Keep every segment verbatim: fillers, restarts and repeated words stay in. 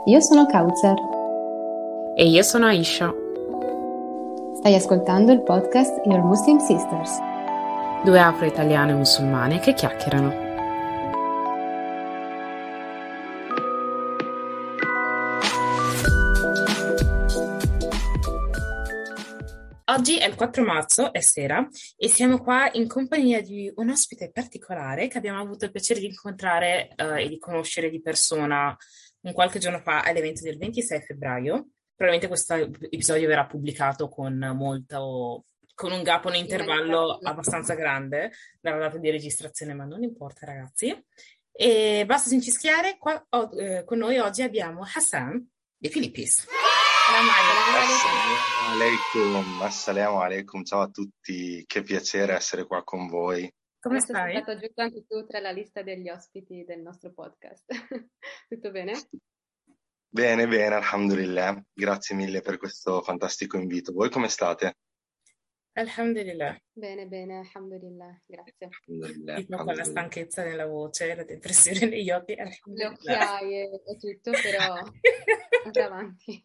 Io sono Kautsar. E io sono Aisha. Stai ascoltando il podcast Your Muslim Sisters. Due afro-italiane musulmane che chiacchierano. Oggi è il quattro marzo, è sera, e siamo qua in compagnia di un ospite particolare che abbiamo avuto il piacere di incontrare eh, e di conoscere di persona un qualche giorno fa all'evento del ventisei febbraio. Probabilmente questo episodio verrà pubblicato con molto, con un gap, un intervallo abbastanza grande dalla data di registrazione, ma non importa, ragazzi. E basta cincischiare, qua oh, eh, con noi oggi abbiamo Hassan di Filippis. Assalamu alaikum, assalamu alaikum, ciao a tutti, che piacere essere qua con voi. Come Adesso sei stai? stato aggiunto tu tra la lista degli ospiti del nostro podcast. Tutto bene? Bene, bene, alhamdulillah, grazie mille per questo fantastico invito. Voi come state? Alhamdulillah. Bene, bene, alhamdulillah, grazie. Alhamdulillah, Tipo con la alhamdulillah. stanchezza nella voce, la depressione negli occhi. Le Alhamdulillah. occhiaie e tutto, però andate avanti.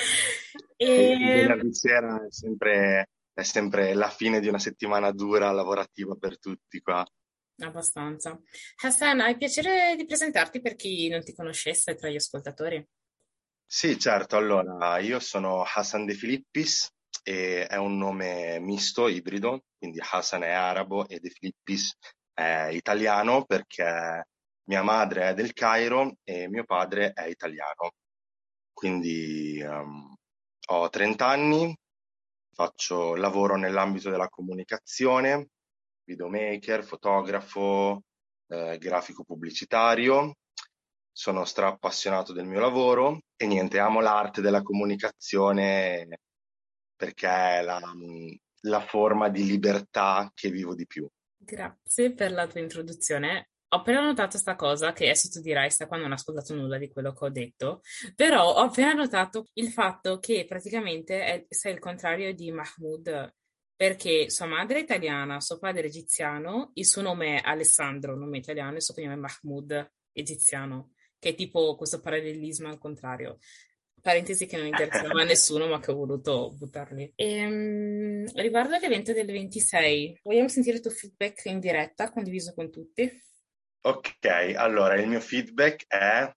Il E, venerdì sera è sempre, è sempre la fine di una settimana dura lavorativa per tutti qua. abbastanza. Hassan, hai piacere di presentarti per chi non ti conoscesse tra gli ascoltatori? Sì, certo, allora io sono Hassan De Filippis e è un nome misto, ibrido, quindi Hassan è arabo e De Filippis è italiano perché mia madre è del Cairo e mio padre è italiano. Quindi ehm, ho trenta anni, faccio lavoro nell'ambito della comunicazione, videomaker, fotografo, eh, grafico pubblicitario. Sono stra-appassionato del mio lavoro e niente, amo l'arte della comunicazione perché è la, la forma di libertà che vivo di più. Grazie per la tua introduzione. Ho appena notato sta cosa che adesso tu dirai, sta qua non ho ascoltato nulla di quello che ho detto, però ho appena notato il fatto che praticamente è, sei il contrario di Mahmoud, perché sua madre è italiana, suo padre è egiziano, il suo nome è Alessandro, nome italiano, e il suo cognome è Mahmoud, egiziano, che è tipo questo parallelismo al contrario. Parentesi che non interessava a nessuno, ma che ho voluto buttarli. Ehm, riguardo all'evento del ventisei, vogliamo sentire il tuo feedback in diretta, condiviso con tutti? Ok, allora il mio feedback è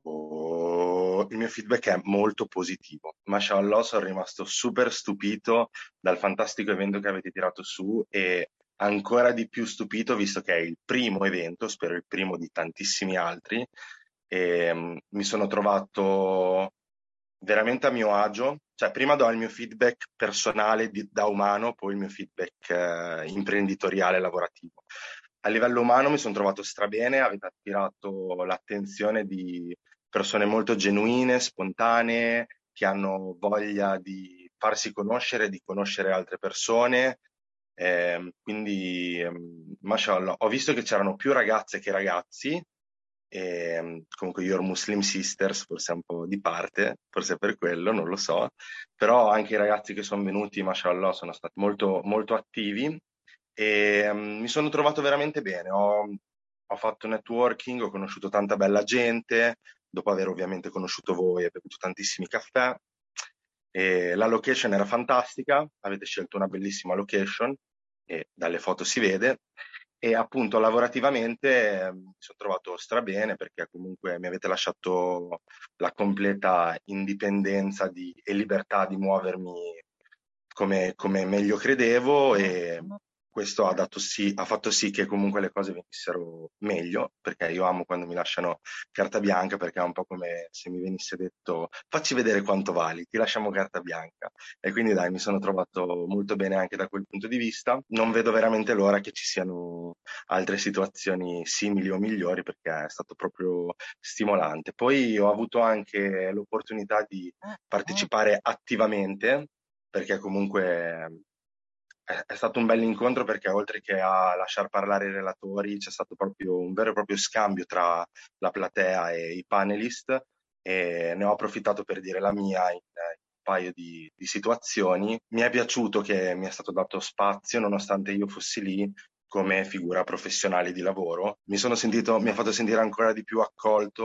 oh, il mio feedback è molto positivo. Mashallah, sono rimasto super stupito dal fantastico evento che avete tirato su e ancora di più stupito visto che è il primo evento, spero il primo di tantissimi altri, e mm, mi sono trovato veramente a mio agio. Cioè, prima do il mio feedback personale di- da umano, poi il mio feedback eh, imprenditoriale lavorativo. A livello umano mi sono trovato strabene, avete attirato l'attenzione di persone molto genuine, spontanee, che hanno voglia di farsi conoscere, di conoscere altre persone. Ehm, quindi, ehm, mashallah, ho visto che c'erano più ragazze che ragazzi, e comunque Your Muslim Sisters forse è un po' di parte, forse è per quello, non lo so, però anche i ragazzi che sono venuti, mashallah, sono stati molto, molto attivi e um, mi sono trovato veramente bene. Ho, ho fatto networking, ho conosciuto tanta bella gente, dopo aver ovviamente conosciuto voi e bevuto tantissimi caffè. E la location era fantastica, avete scelto una bellissima location e dalle foto si vede. E appunto lavorativamente eh, mi sono trovato strabene perché comunque mi avete lasciato la completa indipendenza di- e libertà di muovermi come, come meglio credevo e questo ha dato sì, ha fatto sì che comunque le cose venissero meglio, perché io amo quando mi lasciano carta bianca, perché è un po' come se mi venisse detto facci vedere quanto vali, ti lasciamo carta bianca. E quindi dai, mi sono trovato molto bene anche da quel punto di vista. Non vedo veramente l'ora che ci siano altre situazioni simili o migliori, perché è stato proprio stimolante. Poi ho avuto anche l'opportunità di partecipare attivamente perché comunque è, è stato un bel incontro perché oltre che a lasciar parlare i relatori c'è stato proprio un vero e proprio scambio tra la platea e i panelist e ne ho approfittato per dire la mia in, in un paio di, di situazioni. Mi è piaciuto che mi è stato dato spazio nonostante io fossi lì come figura professionale di lavoro. Mi sono sentito, mi ha fatto sentire ancora di più accolto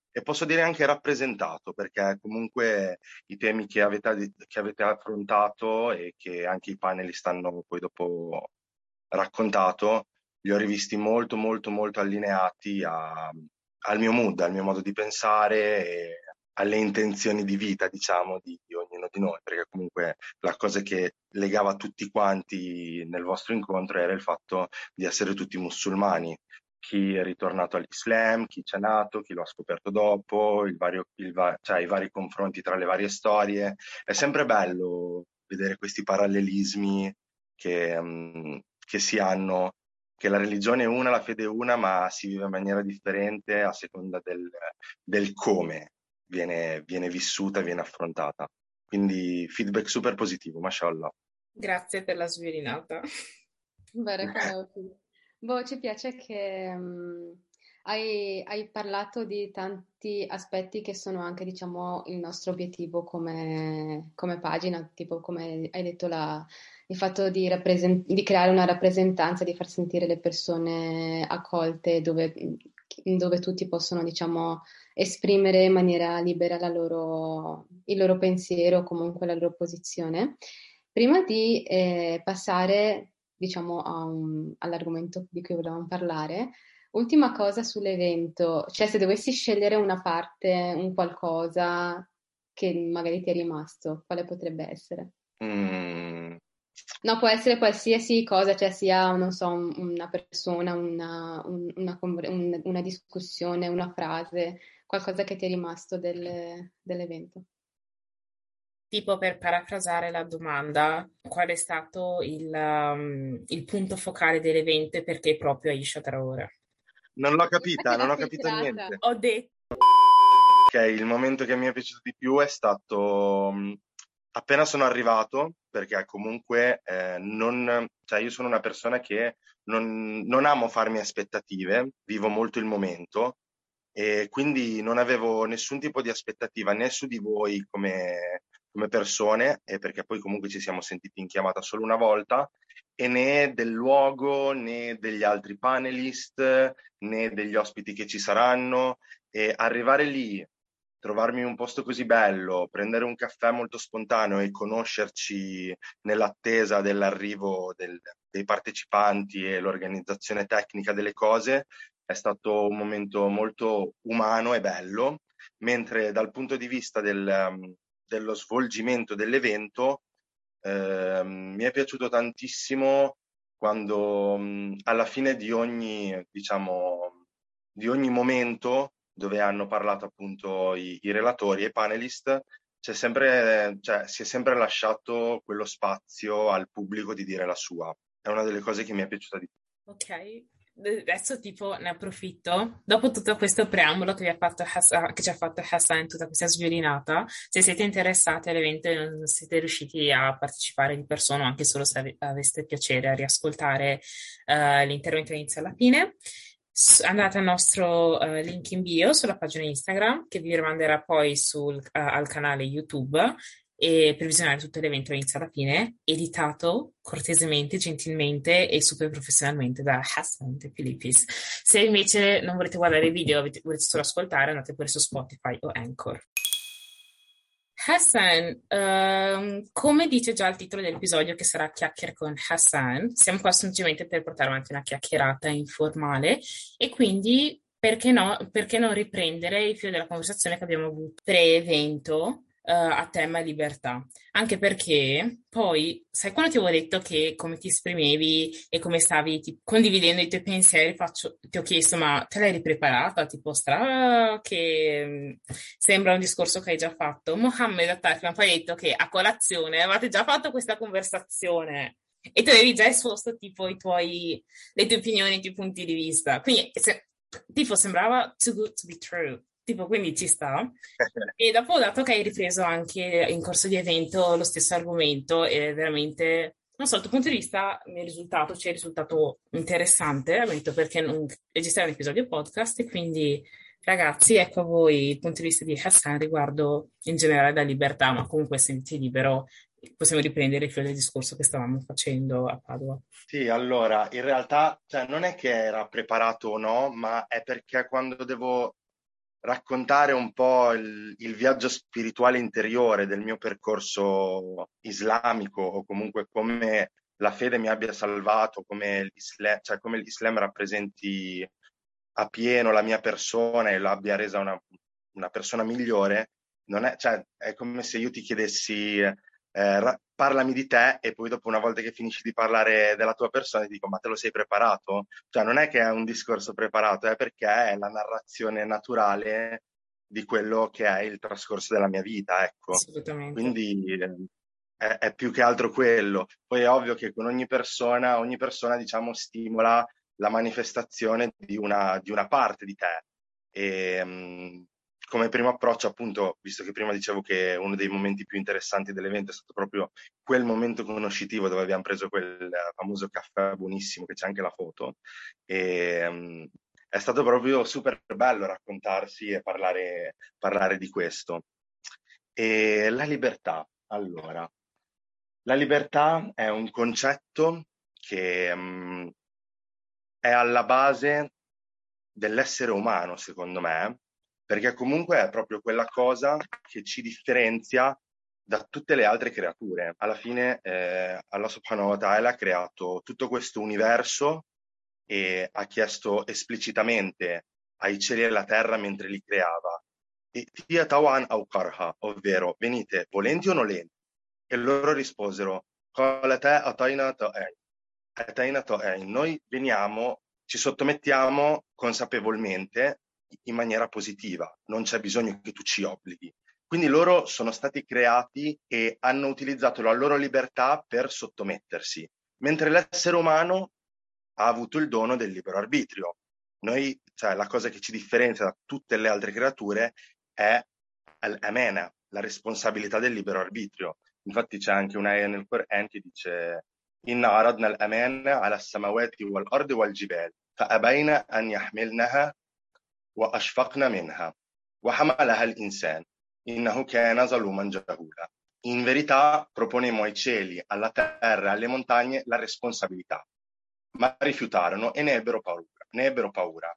e posso dire anche rappresentato, perché comunque i temi che avete, che avete affrontato e che anche i panelist hanno poi dopo raccontato, li ho rivisti molto, molto, molto allineati a- al mio mood, al mio modo di pensare e alle intenzioni di vita, diciamo, di, di ognuno di noi, perché comunque la cosa che legava tutti quanti nel vostro incontro era il fatto di essere tutti musulmani. Chi è ritornato all'Islam, chi c'è nato, chi lo ha scoperto dopo, il vario- il va- cioè, i vari confronti tra le varie storie. È sempre bello vedere questi parallelismi che, mm, che si hanno, che la religione è una, la fede è una, ma si vive in maniera differente a seconda del, del come viene, viene vissuta e viene affrontata. Quindi feedback super positivo, mashallah. Grazie per la sviolinata. Barakallahu. Boh, ci piace che mm, hai, hai parlato di tanti aspetti che sono anche, diciamo, il nostro obiettivo come, come pagina, tipo come hai detto la- il fatto di, rappresen- di creare una rappresentanza, di far sentire le persone accolte dove, dove tutti possono, diciamo, esprimere in maniera libera la loro- il loro pensiero o comunque la loro posizione. Prima di eh, passare, diciamo, a un- all'argomento di cui volevamo parlare, ultima cosa sull'evento, cioè se dovessi scegliere una parte, un qualcosa che magari ti è rimasto, quale potrebbe essere? Mm, No, può essere qualsiasi cosa, cioè sia, non so, un- una persona, una, un- una conver- un- una discussione, una frase, qualcosa che ti è rimasto del- dell'evento. Tipo per parafrasare la domanda, qual è stato il, um, il punto focale dell'evento e perché proprio Aisha Traore? non l'ho Infatti capita, non l'ha ho capito filtrata. niente. Ho detto, Ok, il momento che mi è piaciuto di più è stato mh, appena sono arrivato, perché comunque eh, non, cioè io sono una persona che non, non amo farmi aspettative, vivo molto il momento e quindi non avevo nessun tipo di aspettativa né su di voi come, come persone, e perché poi comunque ci siamo sentiti in chiamata solo una volta, e né del luogo né degli altri panelist né degli ospiti che ci saranno. E arrivare lì, trovarmi in un posto così bello, prendere un caffè molto spontaneo e conoscerci nell'attesa dell'arrivo del- dei partecipanti e l'organizzazione tecnica delle cose, è stato un momento molto umano e bello, mentre dal punto di vista del, um, dello svolgimento dell'evento, ehm, mi è piaciuto tantissimo quando mh, alla fine di ogni, diciamo, di ogni momento dove hanno parlato appunto i, i relatori e i panelist, c'è sempre, cioè, si è sempre lasciato quello spazio al pubblico di dire la sua. È una delle cose che mi è piaciuta di più. ok, adesso tipo ne approfitto, dopo tutto questo preambolo che, vi ha fatto Hassan- che ci ha fatto Hassan, tutta questa sviolinata, se siete interessati all'evento e non siete riusciti a partecipare di persona, o anche solo se ave- aveste piacere a riascoltare eh, l'intervento inizio alla fine, s- andate al nostro eh, link in bio sulla pagina Instagram, che vi rimanderà poi sul, eh, al canale YouTube, e per visionare tutto l'evento inizio alla fine, editato cortesemente, gentilmente e super professionalmente da Hassan De Filippis. Se invece non volete guardare i video, avete- volete solo ascoltare, andate pure su Spotify o Anchor. Hassan, ehm, come dice già il titolo dell'episodio che sarà Chiacchiere con Hassan, siamo qua semplicemente per portare avanti una chiacchierata informale e quindi perché no, perché non riprendere il filo della conversazione che abbiamo avuto pre-evento eh, a tema libertà? Anche perché poi, sai quando ti avevo detto che come ti esprimevi e come stavi tipo, condividendo i tuoi pensieri, faccio- ti ho chiesto, ma te l'hai ripreparata? Tipo, stra che mh, sembra un discorso che hai già fatto. Mohammed Attaf mi ha poi detto che a colazione avevate già fatto questa conversazione e tu avevi già esposto tipo i tuoi, le tue opinioni, i tuoi punti di vista. Quindi se- tipo sembrava too good to be true. Tipo, quindi ci sta. E dopo, dato che hai ripreso anche in corso di evento lo stesso argomento, è veramente, non so, dal tuo punto di vista mi è risultato, ci è risultato interessante, ammetto, perché non registrare un episodio podcast e quindi, ragazzi, ecco a voi il punto di vista di Hassan riguardo in generale la libertà, ma comunque sentiti libero, possiamo riprendere il filo del discorso che stavamo facendo a Padova. Sì, allora, in realtà, cioè, non è che era preparato o no, ma è perché quando devo raccontare un po' il, il viaggio spirituale interiore del mio percorso islamico, o comunque come la fede mi abbia salvato, come l'Islam, cioè come l'Islam rappresenti a pieno la mia persona e l'abbia resa una, una persona migliore. Non è, cioè, è come se io ti chiedessi eh, ra- parlami di te, e poi dopo, una volta che finisci di parlare della tua persona, ti dico ma te lo sei preparato? Cioè non è che è un discorso preparato, è perché è la narrazione naturale di quello che è il trascorso della mia vita, ecco. Assolutamente. Quindi eh, è, è più che altro quello. Poi è ovvio che con ogni persona, ogni persona, diciamo, stimola la manifestazione di una, di una parte di te. E, mh, come primo approccio, appunto, visto che prima dicevo che uno dei momenti più interessanti dell'evento è stato proprio quel momento conoscitivo dove abbiamo preso quel famoso caffè buonissimo, che c'è anche la foto, e, mh, è stato proprio super bello raccontarsi e parlare, parlare di questo. E la libertà, allora, la libertà è un concetto che mh, è alla base dell'essere umano, secondo me, perché comunque è proprio quella cosa che ci differenzia da tutte le altre creature. Alla fine, eh, Allah subhanahu wa ta'ala ha creato tutto questo universo e ha chiesto esplicitamente ai cieli e alla terra mentre li creava, "Tia tawan au karha", ovvero venite volenti o nolenti. E loro risposero, "Qalata atayna ta'in". Atayna ta'in. Noi veniamo, ci sottomettiamo consapevolmente, in maniera positiva, non c'è bisogno che tu ci obblighi. Quindi loro sono stati creati e hanno utilizzato la loro libertà per sottomettersi, mentre l'essere umano ha avuto il dono del libero arbitrio. Noi, cioè, la cosa che ci differenzia da tutte le altre creature è al-amana, la responsabilità del libero arbitrio. Infatti c'è anche un'aya nel Coran che dice "Inna aradna al-amana ala samawati wal-ardi wal-jibal, fa'abayna an yahmilnaha wa ashfaqna minha, wa hamalaha al-insan, innahu kana zaluman jahula". In verità proponemmo ai cieli, alla terra e alle montagne la responsabilità, ma rifiutarono e ne ebbero paura, ne ebbero paura,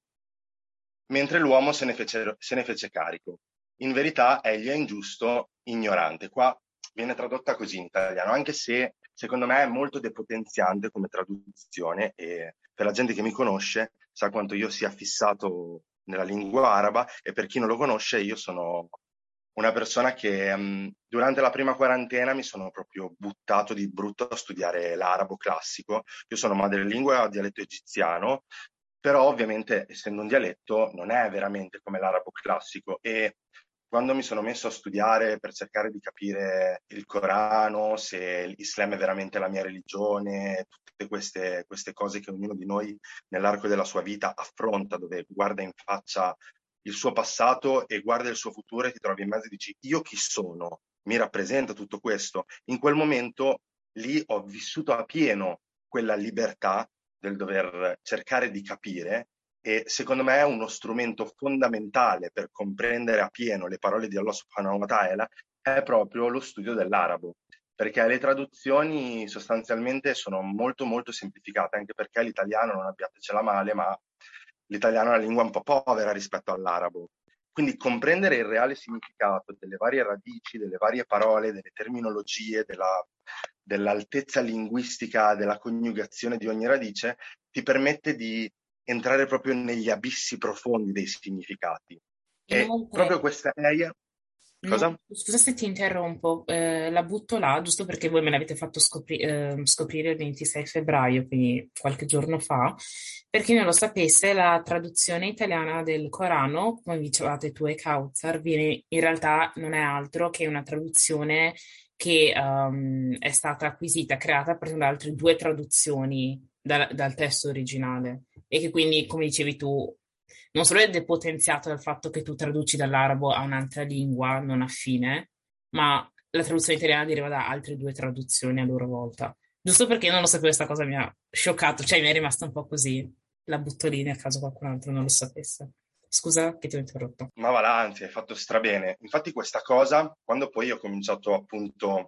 mentre l'uomo se ne fece, se ne fece carico. In verità egli è ingiusto, ignorante. Qua viene tradotta così in italiano, anche se secondo me è molto depotenziante come traduzione, e per la gente che mi conosce sa quanto io sia fissato nella lingua araba, e per chi non lo conosce io sono una persona che mh, durante la prima quarantena mi sono proprio buttato di brutto a studiare l'arabo classico. Io sono madrelingua a dialetto egiziano, però ovviamente essendo un dialetto non è veramente come l'arabo classico, e quando mi sono messo a studiare per cercare di capire il Corano, se l'Islam è veramente la mia religione, tutte queste, queste cose che ognuno di noi nell'arco della sua vita affronta, dove guarda in faccia il suo passato e guarda il suo futuro, e ti trovi in mezzo e dici io chi sono? Mi rappresenta tutto questo? In quel momento lì ho vissuto a pieno quella libertà del dover cercare di capire, e secondo me è uno strumento fondamentale per comprendere a pieno le parole di Allah subhanahu wa ta'ala, è proprio lo studio dell'arabo, perché le traduzioni sostanzialmente sono molto molto semplificate, anche perché l'italiano, non abbiatecela male, ma l'italiano è una lingua un po' povera rispetto all'arabo. Quindi comprendere il reale significato delle varie radici, delle varie parole, delle terminologie, della, dell'altezza linguistica, della coniugazione di ogni radice, ti permette di entrare proprio negli abissi profondi dei significati. E Inoltre, proprio questa area... no, Cosa? scusa se ti interrompo, eh, la butto là, giusto perché voi me l'avete fatto scopri- eh, scoprire il ventisei febbraio, quindi qualche giorno fa. Per chi non lo sapesse, la traduzione italiana del Corano, come dicevate tu e Kautsar, viene in realtà non è altro che una traduzione che ehm, è stata acquisita, creata per da altre due traduzioni dal, dal testo originale, e che quindi, come dicevi tu, non solo è depotenziato dal fatto che tu traduci dall'arabo a un'altra lingua non affine, ma la traduzione italiana deriva da altre due traduzioni a loro volta. Giusto perché io non lo sapevo, questa cosa mi ha scioccato, cioè mi è rimasta un po' così. La butto lì nel caso qualcun altro non lo sapesse. Scusa che ti ho interrotto. Ma va là, anzi, hai fatto strabene. Infatti questa cosa, quando poi ho cominciato appunto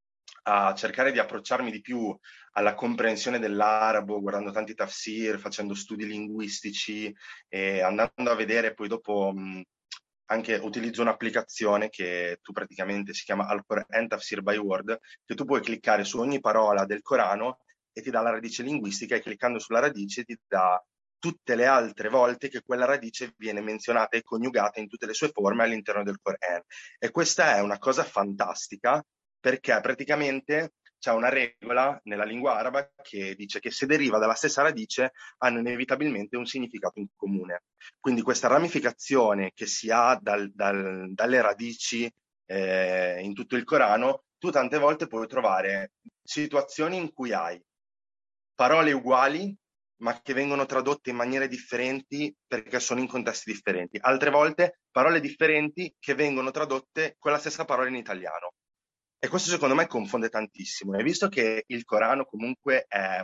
a cercare di approcciarmi di più alla comprensione dell'arabo, guardando tanti tafsir, facendo studi linguistici e andando a vedere poi dopo mh, anche utilizzo un'applicazione che tu praticamente si chiama Al-Quran Tafsir by Word, che tu puoi cliccare su ogni parola del Corano e ti dà la radice linguistica, e cliccando sulla radice ti dà tutte le altre volte che quella radice viene menzionata e coniugata in tutte le sue forme all'interno del Quran. E questa è una cosa fantastica, perché praticamente c'è una regola nella lingua araba che dice che se deriva dalla stessa radice hanno inevitabilmente un significato in comune. Quindi questa ramificazione che si ha dal, dal, dalle radici eh, in tutto il Corano, tu tante volte puoi trovare situazioni in cui hai parole uguali ma che vengono tradotte in maniere differenti perché sono in contesti differenti. Altre volte parole differenti che vengono tradotte con la stessa parola in italiano. E questo secondo me confonde tantissimo. E visto che il Corano comunque è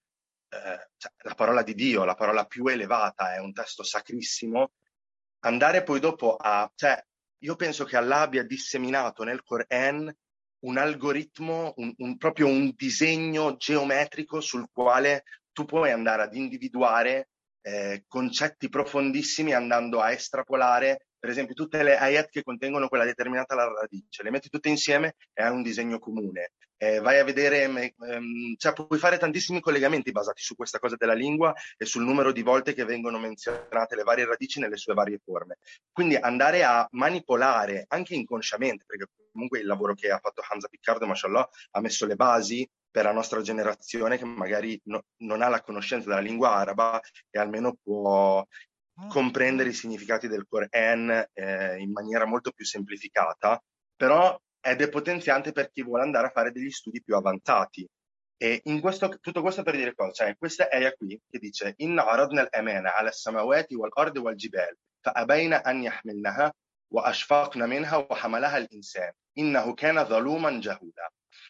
eh, cioè, la parola di Dio, la parola più elevata, è un testo sacrissimo, andare poi dopo a... Cioè, io penso che Allah abbia disseminato nel Quran un algoritmo, un, un, proprio un disegno geometrico sul quale tu puoi andare ad individuare eh, concetti profondissimi, andando a estrapolare, per esempio, tutte le ayat che contengono quella determinata radice, le metti tutte insieme e hai un disegno comune. Eh, vai a vedere, ehm, cioè puoi fare tantissimi collegamenti basati su questa cosa della lingua e sul numero di volte che vengono menzionate le varie radici nelle sue varie forme. Quindi andare a manipolare anche inconsciamente, perché comunque il lavoro che ha fatto Hamza Piccardo, mashallah, ha messo le basi per la nostra generazione che magari no, non ha la conoscenza della lingua araba e almeno può comprendere i significati del Quran eh, in maniera molto più semplificata, però è depotenziante per chi vuole andare a fare degli studi più avanzati. E in questo, tutto questo per dire cosa? Cioè, questa è qui che dice Inna aradna al-amana ala samawati wal-ardi wal-jibal فأبين أن يحملنها وأشفقن منها وحملها الإنسان إنه كان ظلوما جهولا.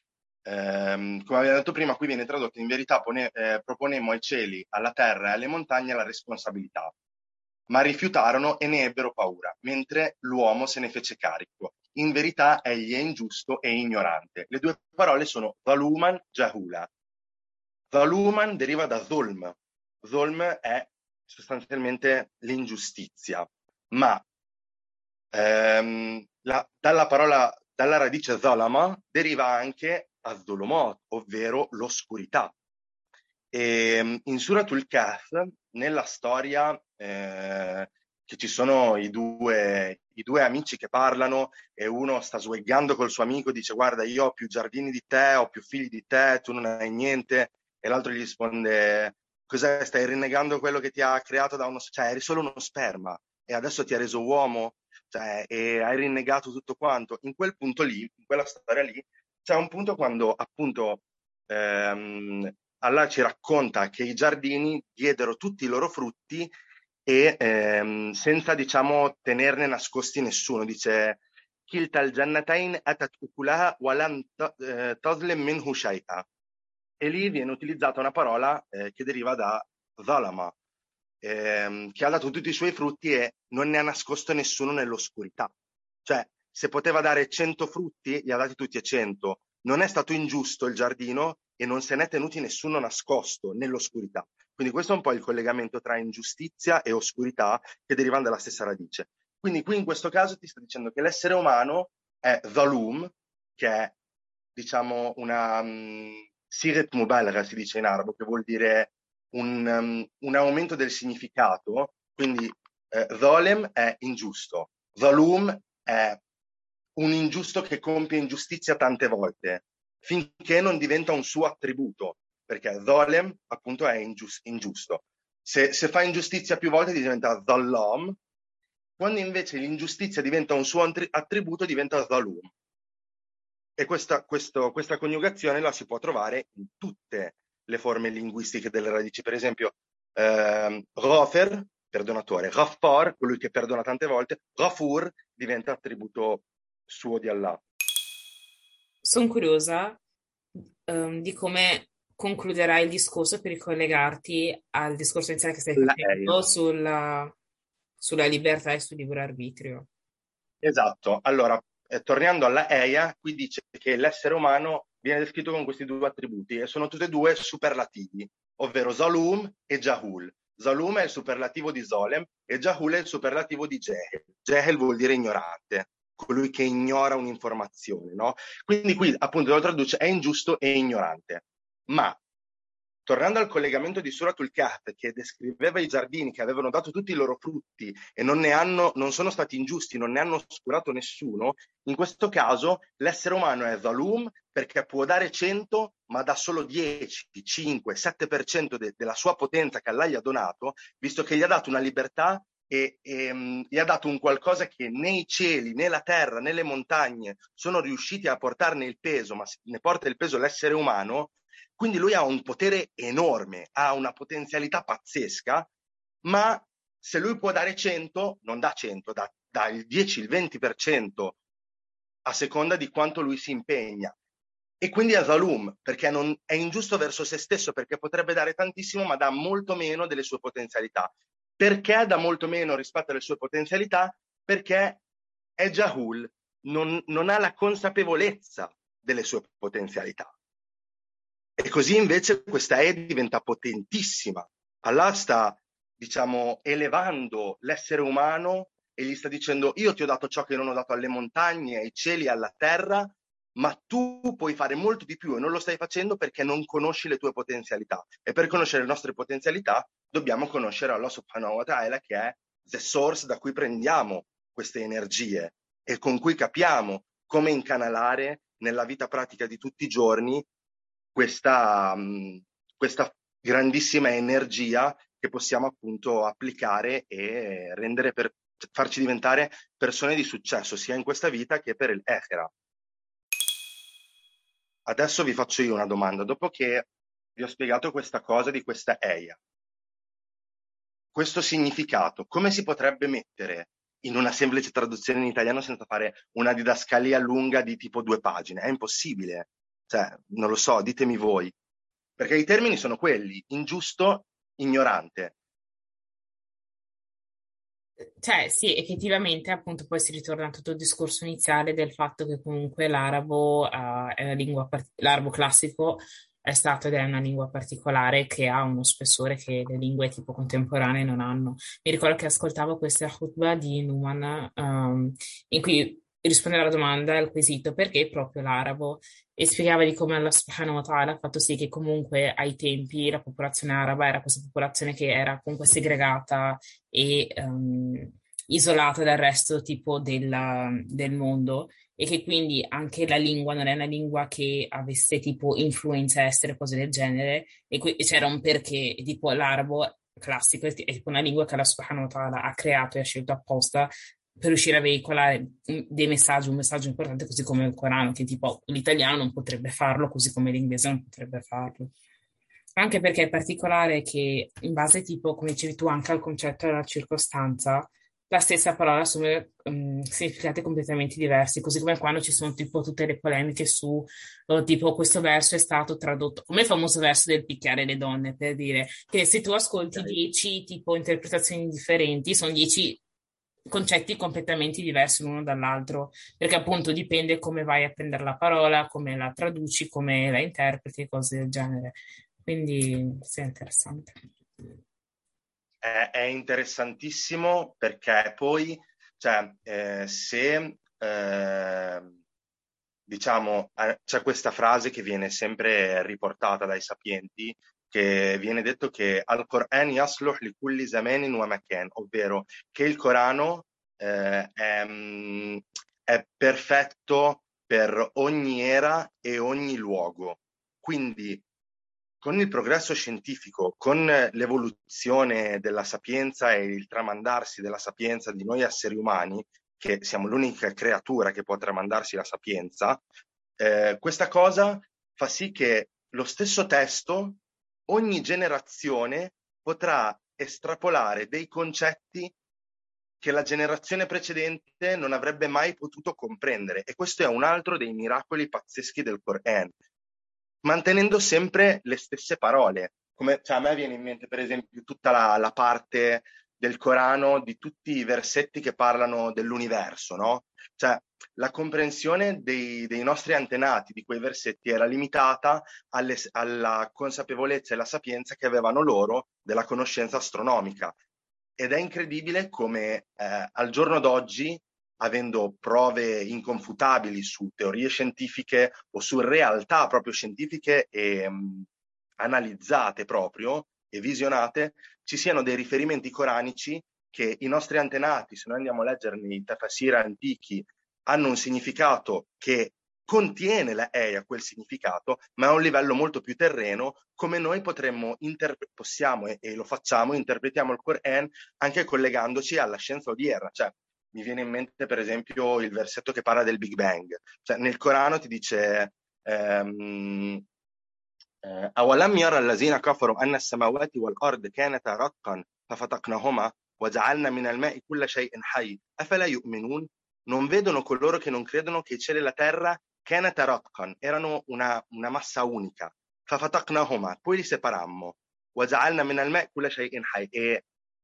Um, come abbiamo detto prima, qui viene tradotto in verità pone, eh, proponemmo ai cieli, alla terra e alle montagne la responsabilità, ma rifiutarono e ne ebbero paura, mentre l'uomo se ne fece carico. In verità egli è ingiusto e ignorante. Le due parole sono zaluman, jahula. Zaluman deriva da zulm. Zulm è sostanzialmente l'ingiustizia, ma ehm, la, dalla parola, dalla radice zalama deriva anche az-zulumat, ovvero l'oscurità. E in Suratul Kahf, nella storia eh, che ci sono i due, i due amici che parlano e uno sta sweggando col suo amico, dice guarda io ho più giardini di te, ho più figli di te, tu non hai niente, e l'altro gli risponde cos'è, stai rinnegando quello che ti ha creato da uno, cioè eri solo uno sperma e adesso ti ha reso uomo, cioè, e hai rinnegato tutto quanto. In quel punto lì, in quella storia lì, c'è un punto quando appunto ehm, Allah ci racconta che i giardini diedero tutti i loro frutti e ehm, senza, diciamo, tenerne nascosti nessuno. Dice Kilta al-jannatain atat ukulaha wa lam tazlim minhu shay'a. E lì viene utilizzata una parola eh, che deriva da zalama, ehm, che ha dato tutti i suoi frutti e non ne ha nascosto nessuno nell'oscurità. Cioè, se poteva dare cento frutti, li ha dati tutti e cento. Non è stato ingiusto il giardino e non se n'è tenuti nessuno nascosto nell'oscurità. Quindi questo è un po' il collegamento tra ingiustizia e oscurità che derivano dalla stessa radice. Quindi qui in questo caso ti sto dicendo che l'essere umano è zalum, che è, diciamo, una um, siret mubalagha, si dice in arabo, che vuol dire un, um, un aumento del significato. Quindi eh, zolem è ingiusto, zalum è un ingiusto che compie ingiustizia tante volte, finché non diventa un suo attributo, perché zolem appunto è ingius- ingiusto. Se, se fa ingiustizia più volte diventa zallam, quando invece l'ingiustizia diventa un suo attributo diventa zalum. E questa, questo, questa coniugazione la si può trovare in tutte le forme linguistiche delle radici. Per esempio, ehm, Ghafer, perdonatore, Ghaffar, colui che perdona tante volte, Ghafur diventa attributo suo di Allah. Sono curiosa um, di come concluderai il discorso per ricollegarti al discorso iniziale che stai La facendo sulla, sulla libertà e sul libero arbitrio. Esatto. Allora, eh, tornando alla Eia, qui dice che l'essere umano viene descritto con questi due attributi e sono tutti e due superlativi, ovvero Zalum e Jahul. Zalum è il superlativo di Zolem e Jahul è il superlativo di Jehel. Jehel vuol dire ignorante, colui che ignora un'informazione, no? Quindi qui appunto lo traduce è ingiusto e ignorante. Ma tornando al collegamento di Suratul Kahf, che descriveva i giardini che avevano dato tutti i loro frutti e non ne hanno, non sono stati ingiusti, non ne hanno oscurato nessuno, in questo caso l'essere umano è zalum perché può dare cento, ma dà solo dieci, cinque, sette per cento de- della sua potenza che Allah gli ha donato, visto che gli ha dato una libertà e, e um, gli ha dato un qualcosa che né i cieli, né la terra, né le montagne sono riusciti a portarne il peso, ma ne porta il peso l'essere umano. Quindi lui ha un potere enorme, ha una potenzialità pazzesca, ma se lui può dare cento, non dà cento, dà, dà il dieci, il venti per cento a seconda di quanto lui si impegna. E quindi è Zalum, perché non, è ingiusto verso se stesso, perché potrebbe dare tantissimo, ma dà molto meno delle sue potenzialità. Perché dà molto meno rispetto alle sue potenzialità? Perché è Jahul, non, non ha la consapevolezza delle sue potenzialità. E così invece questa E diventa potentissima. Allah sta, diciamo, elevando l'essere umano e gli sta dicendo: io ti ho dato ciò che non ho dato alle montagne, ai cieli, alla terra, ma tu puoi fare molto di più e non lo stai facendo perché non conosci le tue potenzialità. E per conoscere le nostre potenzialità dobbiamo conoscere Allah subhanahu wa ta'ala, che è the source da cui prendiamo queste energie e con cui capiamo come incanalare nella vita pratica di tutti i giorni questa, mh, questa grandissima energia che possiamo appunto applicare e rendere per farci diventare persone di successo sia in questa vita che per il Akhira. Adesso vi faccio io una domanda, dopo che vi ho spiegato questa cosa di questa Eia, questo significato, come si potrebbe mettere in una semplice traduzione in italiano senza fare una didascalia lunga di tipo due pagine? È impossibile. Cioè, non lo so, ditemi voi. Perché i termini sono quelli: ingiusto, ignorante. Cioè, sì, effettivamente, appunto, poi si ritorna a tutto il discorso iniziale del fatto che comunque l'arabo, eh, è una lingua, par- l'arabo classico è stato ed è una lingua particolare che ha uno spessore che le lingue tipo contemporanee non hanno. Mi ricordo che ascoltavo questa khutbah di Numan, ehm, in cui rispondeva alla domanda, al quesito, perché proprio l'arabo, e spiegava di come Allah subhanahu wa ta'ala ha fatto sì che comunque ai tempi la popolazione araba era questa popolazione che era comunque segregata e ehm, isolata dal resto tipo della- del mondo e che quindi anche la lingua non è una lingua che avesse tipo influenza estere, cose del genere, e qui c'era un perché, tipo l'arabo classico è, è tipo una lingua che Allah subhanahu wa ta'ala ha creato e ha scelto apposta per riuscire a veicolare un- dei messaggi, un messaggio importante, così come il Corano, che tipo l'italiano non potrebbe farlo, così come l'inglese non potrebbe farlo. Anche perché è particolare che, in base tipo, come dicevi tu, anche al concetto della circostanza, la stessa parola assume mm, significati completamente diversi, così come quando ci sono tipo tutte le polemiche su, oh, tipo, questo verso è stato tradotto, come il famoso verso del picchiare le donne, per dire che se tu ascolti Okay? dieci tipo interpretazioni differenti, sono dieci concetti completamente diversi l'uno dall'altro, perché appunto dipende come vai a prendere la parola, come la traduci, come la interpreti e cose del genere. Quindi sì, è interessante. È, è interessantissimo perché poi, cioè, eh, se eh, diciamo, eh, c'è questa frase che viene sempre riportata dai sapienti, che viene detto che Al-Qur'an yasluh li kulli zamanin wa makan, ovvero che il Corano eh, è, mm, è perfetto per ogni era e ogni luogo. Quindi con il progresso scientifico, con l'evoluzione della sapienza e il tramandarsi della sapienza di noi esseri umani, che siamo l'unica creatura che può tramandarsi la sapienza, eh, questa cosa fa sì che lo stesso testo, ogni generazione potrà estrapolare dei concetti che la generazione precedente non avrebbe mai potuto comprendere. E questo è un altro dei miracoli pazzeschi del Quran, mantenendo sempre le stesse parole. Come, cioè, a me viene in mente, per esempio, tutta la, la parte del Corano, di tutti i versetti che parlano dell'universo, no? Cioè, la comprensione dei, dei nostri antenati di quei versetti era limitata alle, alla consapevolezza e alla sapienza che avevano loro della conoscenza astronomica. Ed è incredibile come eh, al giorno d'oggi, avendo prove inconfutabili su teorie scientifiche o su realtà proprio scientifiche e mh, analizzate proprio e visionate, ci siano dei riferimenti coranici che i nostri antenati, se noi andiamo a leggere nei tafasir antichi, hanno un significato che contiene la Eia quel significato, ma a un livello molto più terreno, come noi potremmo interpre- possiamo e, e lo facciamo, interpretiamo il Quran anche collegandoci alla scienza odierna. Cioè, mi viene in mente per esempio il versetto che parla del Big Bang. Cioè, nel Corano ti dice ehm, eh, أولم يرى الذين كفروا أن السماوات والأرض كانتا رتقا ففتقناهما وجعلنا من الماء كل شيء حي أفلا يؤمنون. Non vedono coloro che non credono che il cielo e la terra كانتا رتقا erano una, una massa unica. ففتقناهما, poi li separammo. وجعلنا من الماء كل شيء حي, e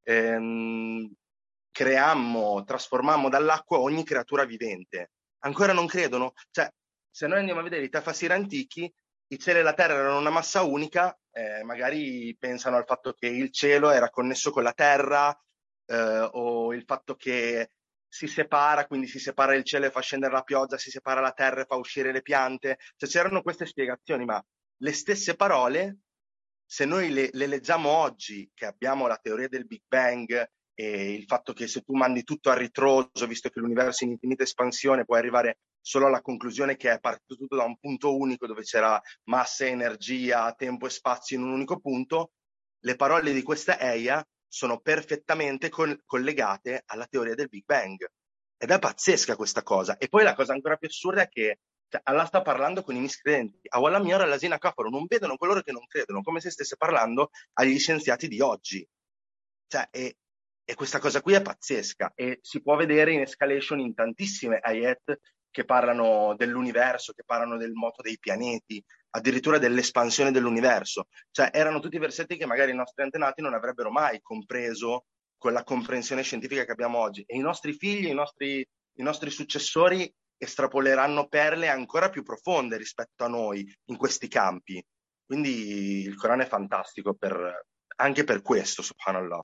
ehm, creammo, trasformammo dall'acqua ogni creatura vivente. Ancora non credono? Cioè, se noi andiamo a vedere i tafasir antichi, il cielo e la terra erano una massa unica, eh, magari pensano al fatto che il cielo era connesso con la terra, eh, o il fatto che si separa, quindi si separa il cielo e fa scendere la pioggia, si separa la terra e fa uscire le piante. Cioè, c'erano queste spiegazioni, ma le stesse parole, se noi le, le leggiamo oggi, che abbiamo la teoria del Big Bang e il fatto che se tu mandi tutto a ritroso, visto che l'universo è in infinita espansione, puoi arrivare solo alla conclusione che è partito tutto da un punto unico dove c'era massa, energia, tempo e spazio in un unico punto. Le parole di questa Eia sono perfettamente col- collegate alla teoria del Big Bang. Ed è pazzesca questa cosa. E poi la cosa ancora più assurda è che cioè, Allah sta parlando con i miscredenti. Awalam yara allazina kafaru, non vedono coloro che non credono, come se stesse parlando agli scienziati di oggi. Cioè, e, e questa cosa qui è pazzesca e si può vedere in escalation in tantissime ayat che parlano dell'universo, che parlano del moto dei pianeti, addirittura dell'espansione dell'universo. Cioè, erano tutti versetti che magari i nostri antenati non avrebbero mai compreso con la comprensione scientifica che abbiamo oggi. E i nostri figli, i nostri, i nostri successori estrapoleranno perle ancora più profonde rispetto a noi in questi campi. Quindi il Corano è fantastico per, anche per questo, subhanallah.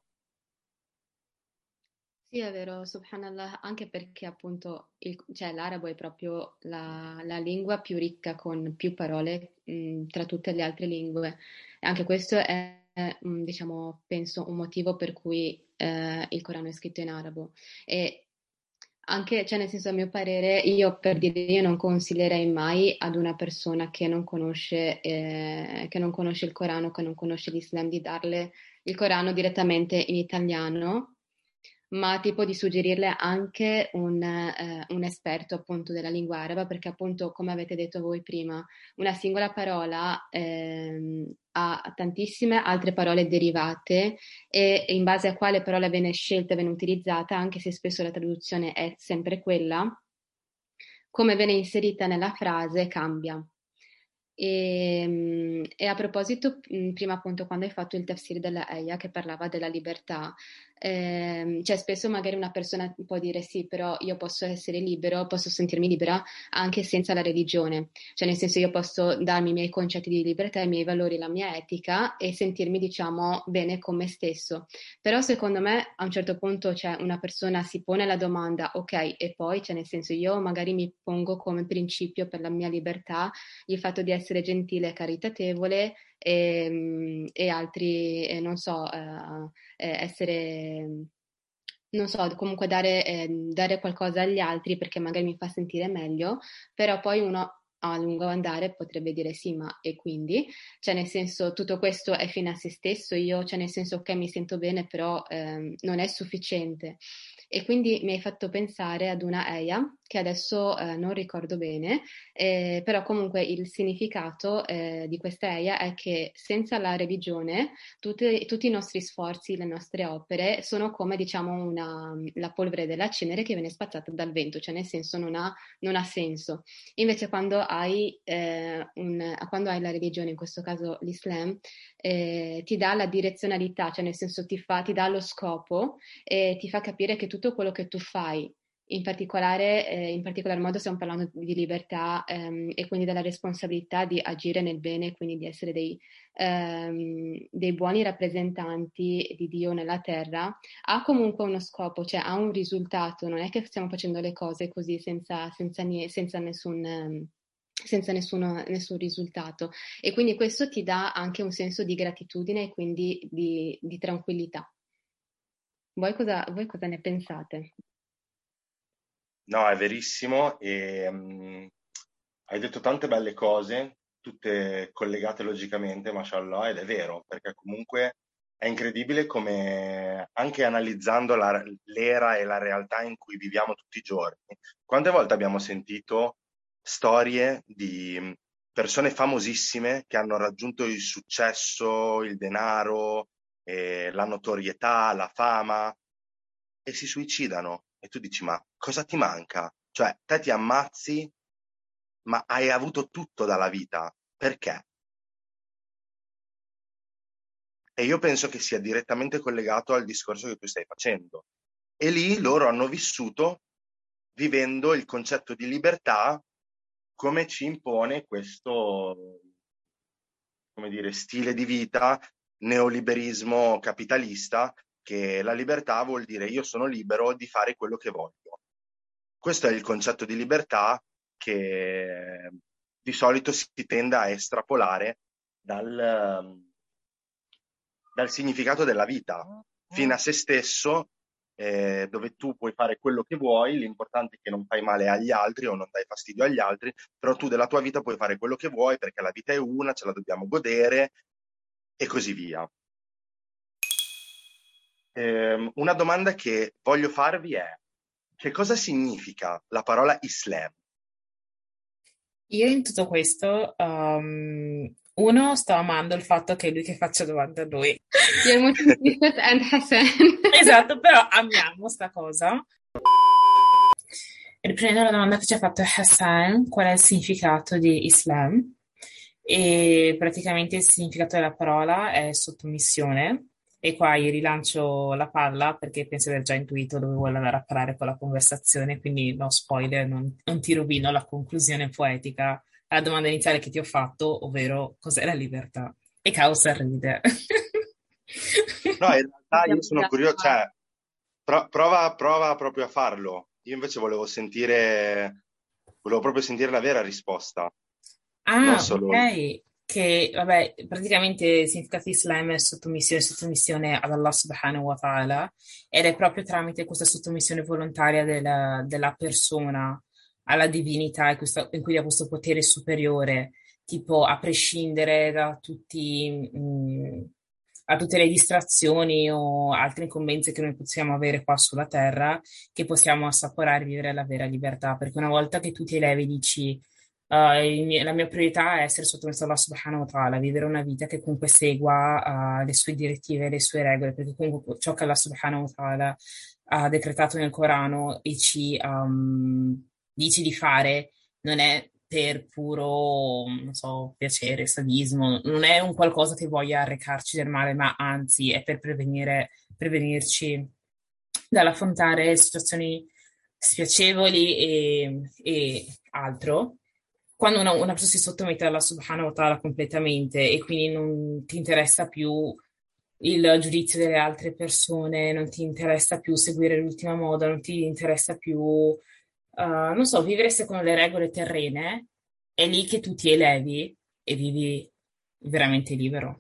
Sì, è vero, subhanallah, anche perché appunto il- cioè, l'arabo è proprio la, la lingua più ricca con più parole mh, tra tutte le altre lingue. E anche questo è, mh, diciamo, penso un motivo per cui eh, il Corano è scritto in arabo. E anche, cioè, nel senso, a mio parere, io per dire, io non consiglierei mai ad una persona che non conosce, eh, che non conosce il Corano, che non conosce l'Islam, di darle il Corano direttamente in italiano, ma tipo di suggerirle anche un, eh, un esperto appunto della lingua araba, perché appunto, come avete detto voi prima, una singola parola ehm, ha tantissime altre parole derivate e in base a quale parola viene scelta, viene utilizzata, anche se spesso la traduzione è sempre quella, come viene inserita nella frase cambia. E, e a proposito, mh, prima appunto quando hai fatto il tafsir della Eia che parlava della libertà, ehm, cioè spesso magari una persona può dire sì, però io posso essere libero, posso sentirmi libera anche senza la religione, cioè nel senso io posso darmi i miei concetti di libertà, i miei valori, la mia etica e sentirmi diciamo bene con me stesso. Però secondo me a un certo punto cioè, una persona si pone la domanda, ok, e poi, cioè nel senso io magari mi pongo come principio per la mia libertà il fatto di essere gentile e caritatevole e, e altri, eh, non so, eh, eh, essere, non so, comunque dare, eh, dare qualcosa agli altri perché magari mi fa sentire meglio, però poi uno a lungo andare potrebbe dire sì, ma e quindi? Cioè nel senso tutto questo è fine a se stesso, io, cioè nel senso ok mi sento bene, però ehm, non è sufficiente. E quindi mi hai fatto pensare ad una Eia che adesso eh, non ricordo bene, eh, però comunque il significato eh, di questa eia è che senza la religione tutte- tutti i nostri sforzi, le nostre opere sono come diciamo una, la polvere della cenere che viene spazzata dal vento, cioè nel senso non ha, non ha senso. Invece quando hai, eh, un, quando hai la religione, in questo caso l'Islam, eh, ti dà la direzionalità, cioè nel senso ti fa, ti dà lo scopo e ti fa capire che tutto quello che tu fai, in particolare, eh, in particolar modo stiamo parlando di libertà ehm, e quindi della responsabilità di agire nel bene, quindi di essere dei, ehm, dei buoni rappresentanti di Dio nella terra, ha comunque uno scopo, cioè ha un risultato, non è che stiamo facendo le cose così senza, senza, nie- senza nessun... ehm, senza nessuno- nessun risultato. E quindi questo ti dà anche un senso di gratitudine e quindi di, di tranquillità. Voi cosa, voi cosa ne pensate? No, è verissimo e mm, hai detto tante belle cose, tutte collegate logicamente, mashallah, ed è vero, perché comunque è incredibile come anche analizzando la- l'era e la realtà in cui viviamo tutti i giorni, quante volte abbiamo sentito storie di mm, persone famosissime che hanno raggiunto il successo, il denaro, eh, la notorietà, la fama e si suicidano. E tu dici, ma cosa ti manca? Cioè, te ti ammazzi, ma hai avuto tutto dalla vita. Perché? E io penso che sia direttamente collegato al discorso che tu stai facendo. E lì loro hanno vissuto vivendo il concetto di libertà come ci impone questo, come dire, stile di vita, neoliberismo capitalista, che la libertà vuol dire io sono libero di fare quello che voglio. Questo è il concetto di libertà che di solito si tende a estrapolare dal, dal significato della vita, fino a se stesso, eh, dove tu puoi fare quello che vuoi, l'importante è che non fai male agli altri o non dai fastidio agli altri, però tu della tua vita puoi fare quello che vuoi perché la vita è una, ce la dobbiamo godere e così via. Eh, una domanda che voglio farvi è: che cosa significa la parola Islam? Io in tutto questo, um, uno, sto amando il fatto che è lui che faccia domande a lui. You're Muslim sisters and Hassan. Esatto, però amiamo sta cosa. Riprendendo la domanda che ci ha fatto Hassan, qual è il significato di Islam? E praticamente il significato della parola è sottomissione. E qua io rilancio la palla perché penso di aver già intuito dove vuole andare a parare con la conversazione, quindi no spoiler, non, non ti rovino la conclusione poetica alla domanda iniziale che ti ho fatto, ovvero cos'è la libertà? E Causa ride. No, in realtà io Abbiamo sono già curioso, trovato. cioè, pro- prova, prova proprio a farlo. Io invece volevo sentire, volevo proprio sentire la vera risposta, non Ah, solo... ok. Che, vabbè, praticamente il significato di Islam è sottomissione, sottomissione ad Allah subhanahu wa ta'ala, ed è proprio tramite questa sottomissione volontaria della, della persona alla divinità in, questo- in cui ha questo potere superiore, tipo a prescindere da tutti, mh, a tutte le distrazioni o altre incombenze che noi possiamo avere qua sulla terra, che possiamo assaporare e vivere la vera libertà, perché una volta che tu ti elevi e dici Uh, il mie- la mia priorità è essere sottomesso a Allah subhanahu wa ta'ala, vivere una vita che comunque segua uh, le sue direttive e le sue regole, perché comunque ciò che Allah subhanahu wa ta'ala ha decretato nel Corano e ci um, dice di fare non è per puro, non so, piacere, sadismo, non è un qualcosa che voglia arrecarci del male, ma anzi è per prevenire, prevenirci dall'affrontare situazioni spiacevoli e, e altro. Quando una, una persona si sottomette alla subhanahu wa ta'ala completamente e quindi non ti interessa più il giudizio delle altre persone, non ti interessa più seguire l'ultima moda, non ti interessa più, uh, non so, vivere secondo le regole terrene, è lì che tu ti elevi e vivi veramente libero.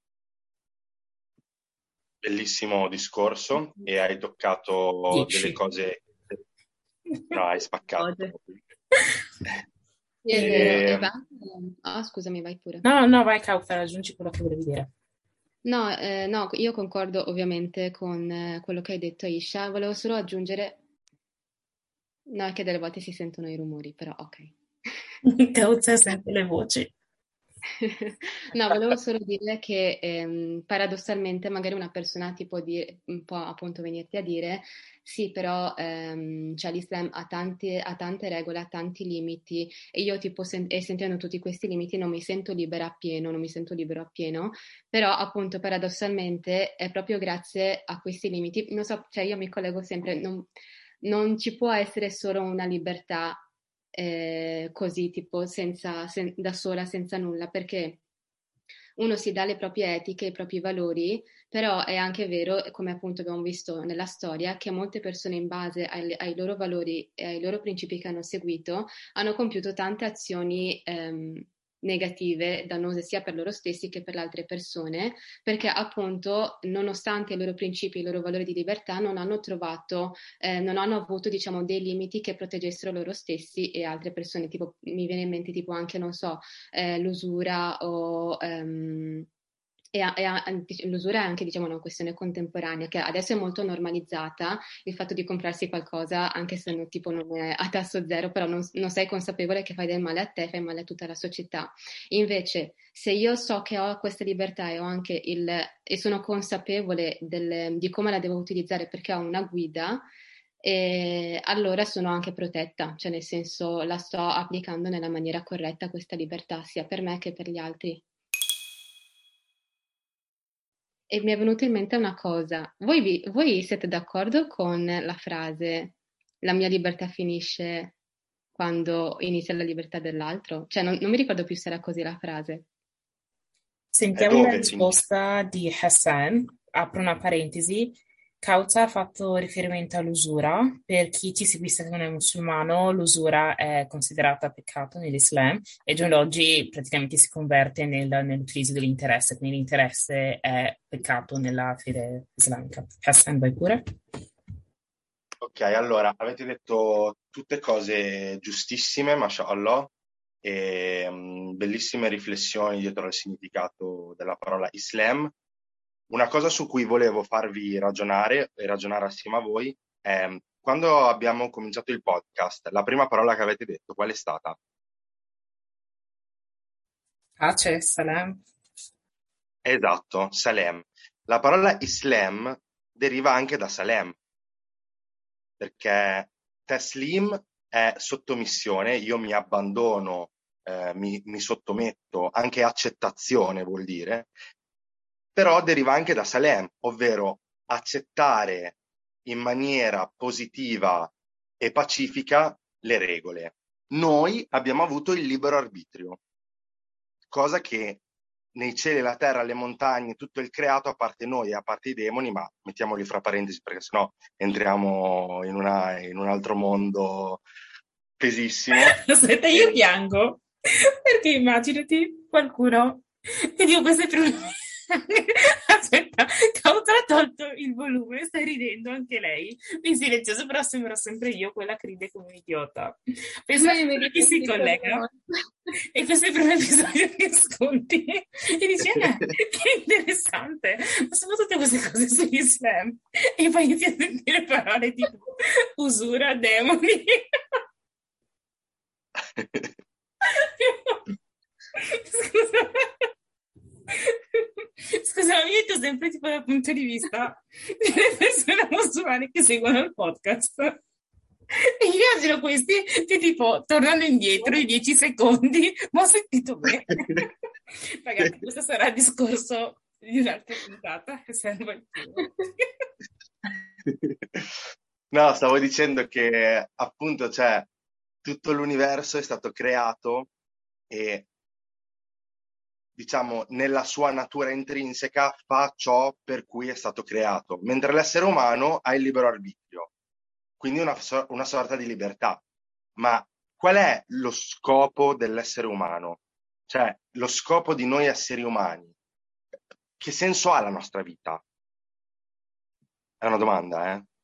Bellissimo discorso e hai toccato delle Dieci. cose, no, hai spaccato Cose. proprio. Sì, è vero. E E, va? Ah, scusami, vai pure. No, no, vai, Kaufer, aggiungi quello che volevi dire. No, eh, no, io concordo ovviamente con eh, quello che hai detto, Isha. Volevo solo aggiungere No, è che delle volte si sentono i rumori, però ok. Causa sente le voci. No, volevo solo dire che ehm, paradossalmente magari una persona ti può dire, un po' appunto venirti a dire, sì, però ehm, cioè, l'Islam ha tante, ha tante regole, ha tanti limiti e io tipo sen- e sentendo tutti questi limiti non mi sento libera appieno, non mi sento libero appieno, però appunto paradossalmente è proprio grazie a questi limiti, non so, cioè io mi collego sempre, non, non ci può essere solo una libertà eh, così, tipo senza, sen- da sola, senza nulla, perché uno si dà le proprie etiche, i propri valori, però è anche vero, come appunto abbiamo visto nella storia, che molte persone in base ai, ai loro valori e ai loro principi che hanno seguito hanno compiuto tante azioni ehm, negative, dannose sia per loro stessi che per le altre persone, perché appunto, nonostante i loro principi, i loro valori di libertà, non hanno trovato eh, non hanno avuto, diciamo, dei limiti che proteggessero loro stessi e altre persone. Tipo, mi viene in mente, tipo, anche, non so, eh, l'usura o. ehm, e a- e a- l'usura è anche, diciamo, una questione contemporanea che adesso è molto normalizzata, il fatto di comprarsi qualcosa, anche se non, tipo, non è a tasso zero, però non, non sei consapevole che fai del male a te, fai male a tutta la società. Invece, se io so che ho questa libertà e ho anche il, e sono consapevole del- di come la devo utilizzare perché ho una guida, e allora sono anche protetta, cioè nel senso la sto applicando nella maniera corretta questa libertà, sia per me che per gli altri. E mi è venuta in mente una cosa, voi, vi- voi siete d'accordo con la frase la mia libertà finisce quando inizia la libertà dell'altro? Cioè non, non mi ricordo più se era così la frase. E Sentiamo la dove finisce? risposta di Hassan. Apro una parentesi. Kauza ha fatto riferimento all'usura. Per chi ci seguisse che non è musulmano, l'usura è considerata peccato nell'Islam e al giorno d'oggi praticamente si converte nel- nell'utilizzo dell'interesse, quindi l'interesse è peccato nella fede islamica. Hassan, vai pure. Ok, allora avete detto tutte cose giustissime, mashallah, e mm, bellissime riflessioni dietro al significato della parola Islam. Una cosa su cui volevo farvi ragionare e ragionare assieme a voi è quando abbiamo cominciato il podcast, la prima parola che avete detto, qual è stata? Pace, salam. Esatto, Salem. La parola Islam deriva anche da Salem, perché Teslim è sottomissione, io mi abbandono, eh, mi, mi sottometto, anche accettazione vuol dire, però deriva anche da Salem, ovvero accettare in maniera positiva e pacifica le regole. Noi abbiamo avuto il libero arbitrio, cosa che nei cieli, la terra, le montagne, tutto il creato, a parte noi e a parte i demoni, ma mettiamoli fra parentesi perché sennò entriamo in, una, in un altro mondo pesissimo. Aspetta, io E... piango perché immaginati qualcuno che dico queste prime. Aspetta, Cauta ha tolto il volume, stai ridendo anche lei. In silenzioso, però sembra sempre io quella che ride come un idiota. Pensa Ma io mi a chi si dimentico delle collega volte. e questo è il primo episodio che ascolti e dici, eh, che interessante, ma sono tutte queste cose sugli slam e poi inizi a sentire parole tipo usura, demoni. Scusa. Scusa, ma io metto sempre tipo dal punto di vista delle persone musulmane che seguono il podcast. E io immagino questi che tipo tornano indietro di dieci secondi, ma ho sentito bene. Ragazzi, questo sarà il discorso di un'altra puntata che serve al tuo. No, stavo dicendo che appunto, cioè, tutto l'universo è stato creato e, diciamo, nella sua natura intrinseca fa ciò per cui è stato creato, mentre l'essere umano ha il libero arbitrio, quindi una, so- una sorta di libertà. Ma qual è lo scopo dell'essere umano? Cioè, lo scopo di noi esseri umani? Che senso ha la nostra vita? È una domanda, eh?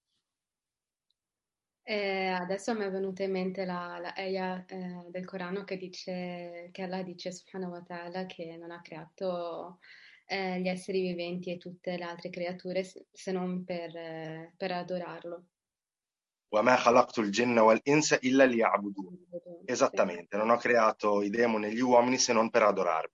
Eh, adesso mi è venuta in mente la, la ayah eh, del Corano che dice che Allah dice subhanahu wa ta'ala che non ha creato eh, gli esseri viventi e tutte le altre creature se se non per, eh, per adorarlo. وَمَا خَلَقْتُ الْجِنَّ وَالْإِنسَ إِلَّا لِيَعْبُدُونِ. Sì. Esattamente, non ho creato i demoni e gli uomini se non per adorarmi.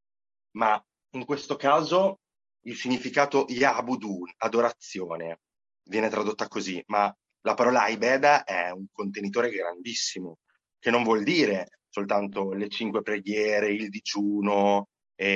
Ma in questo caso il significato ya'budun, adorazione, viene tradotta così, ma la parola ibeda è un contenitore grandissimo, che non vuol dire soltanto le cinque preghiere, il digiuno,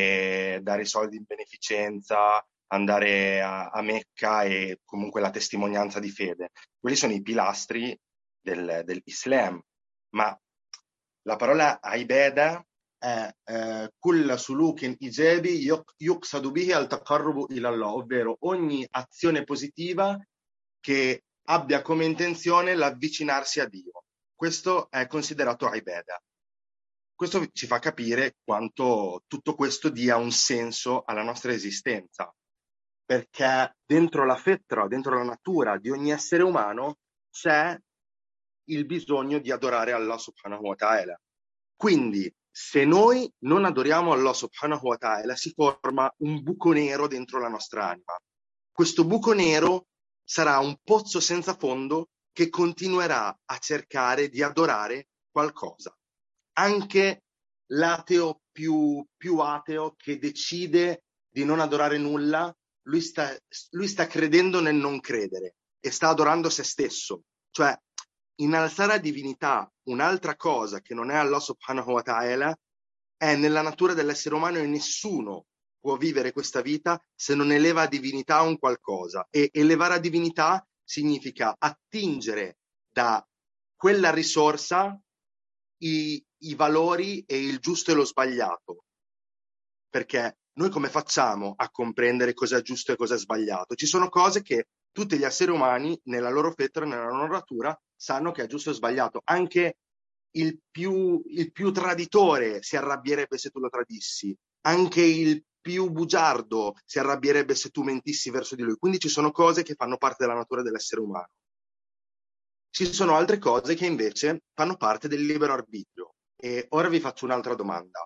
e dare i soldi in beneficenza, andare a, a Mecca e comunque la testimonianza di fede. Quelli sono i pilastri del, dell'Islam, ma la parola ibeda è eh, kulla sulukin ijabi yuk- yuqsadu bihi al taqarrubu ila Allah, ovvero ogni azione positiva che abbia come intenzione l'avvicinarsi a Dio. Questo è considerato ibada. Questo ci fa capire quanto tutto questo dia un senso alla nostra esistenza, perché dentro la fetra, dentro la natura di ogni essere umano c'è il bisogno di adorare Allah subhanahu wa ta'ala. Quindi, se noi non adoriamo Allah subhanahu wa ta'ala, si forma un buco nero dentro la nostra anima. Questo buco nero sarà un pozzo senza fondo che continuerà a cercare di adorare qualcosa. Anche l'ateo più, più ateo che decide di non adorare nulla, lui sta, lui sta credendo nel non credere e sta adorando se stesso. Cioè, innalzare a divinità un'altra cosa che non è Allah subhanahu wa ta'ala è nella natura dell'essere umano e nessuno può vivere questa vita se non eleva a divinità un qualcosa. E elevare a divinità significa attingere da quella risorsa i, i valori e il giusto e lo sbagliato. Perché noi come facciamo a comprendere cosa è giusto e cosa è sbagliato? Ci sono cose che tutti gli esseri umani, nella loro fetra, nella loro natura, sanno che è giusto e sbagliato. Anche il più, il più traditore si arrabbierebbe se tu lo tradissi. Anche il più bugiardo si arrabbierebbe se tu mentissi verso di lui. Quindi ci sono cose che fanno parte della natura dell'essere umano. Ci sono altre cose che invece fanno parte del libero arbitrio. E ora vi faccio un'altra domanda.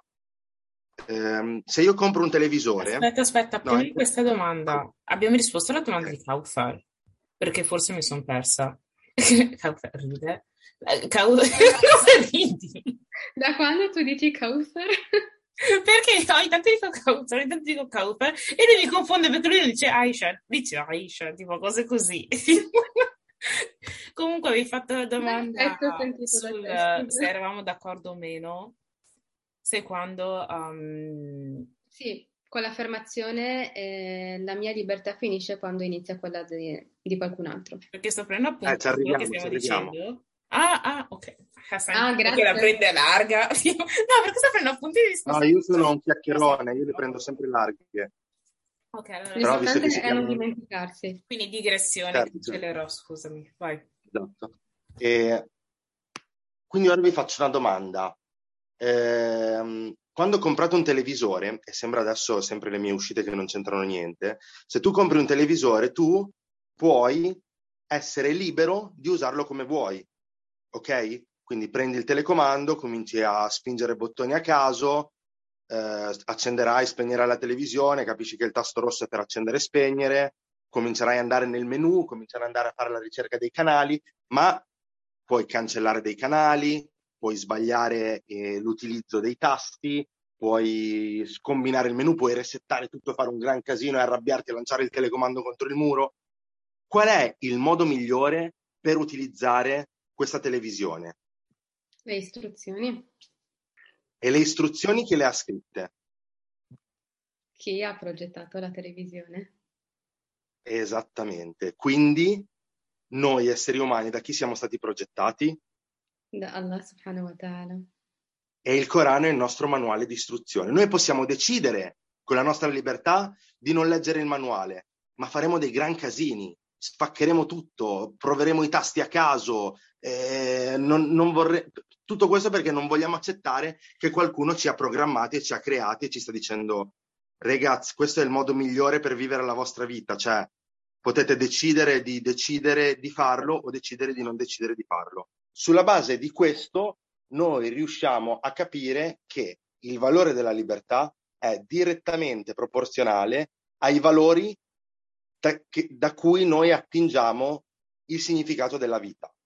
Um, se io compro un televisore... Aspetta, aspetta, no, prima di questa domanda, abbiamo risposto alla domanda di Kauthar, perché forse mi sono persa. Kauthar ride. Eh, Kau- Cosa ridi? Da quando tu dici Kauthar? Perché ogni tanto dico Kauthar, ogni tanto dico Kauthar, e lui mi confonde perché lui non dice Aisha, dice Aisha, tipo cose così. Comunque avevi fatto la domanda Perfetto, ho sentito da sul te, se scusa. eravamo d'accordo o meno, se quando... um, Sì, con l'affermazione eh, la mia libertà finisce quando inizia quella di, di qualcun altro. perché sto prendendo Eh, appunto ci di quello che arriviamo, ci stiamo arriviamo. dicendo. Ah, ah, ok. Hassan, Ah, perché la grazie. prende larga. No, perché sto prendendo appunti di No, discussione. io sono un chiacchierone, io le prendo sempre larghe. Ok, allora Però visto che L'importante si è non chiamano... dimenticarsi. quindi digressione, Certo, cancellerò, scusami. Vai. esatto. E quindi ora vi faccio una domanda. Ehm, quando comprate un televisore, e sembra adesso sempre le mie uscite che non c'entrano niente, se tu compri un televisore, tu puoi essere libero di usarlo come vuoi, ok? Quindi prendi il telecomando, cominci a spingere bottoni a caso, eh, accenderai, spegnerai la televisione, capisci che il tasto rosso è per accendere e spegnere, comincerai ad andare nel menu, comincerai ad andare a fare la ricerca dei canali, ma puoi cancellare dei canali, puoi sbagliare eh, l'utilizzo dei tasti, puoi combinare il menu, puoi resettare tutto, fare un gran casino e arrabbiarti e lanciare il telecomando contro il muro. Qual è il modo migliore per utilizzare questa televisione? Le istruzioni. E le istruzioni chi le ha scritte? Chi ha progettato la televisione? Esattamente. Quindi noi esseri umani da chi siamo stati progettati? Da Allah subhanahu wa ta'ala. E il Corano è il nostro manuale di istruzione. Noi possiamo decidere con la nostra libertà di non leggere il manuale, ma faremo dei gran casini, spaccheremo tutto, proveremo i tasti a caso, eh, non, non vorrei... tutto questo perché non vogliamo accettare che qualcuno ci ha programmati e ci ha creati e ci sta dicendo ragazzi, questo è il modo migliore per vivere la vostra vita, cioè potete decidere di decidere di farlo o decidere di non decidere di farlo. Sulla base di questo noi riusciamo a capire che il valore della libertà è direttamente proporzionale ai valori da, che, da cui noi attingiamo il significato della vita.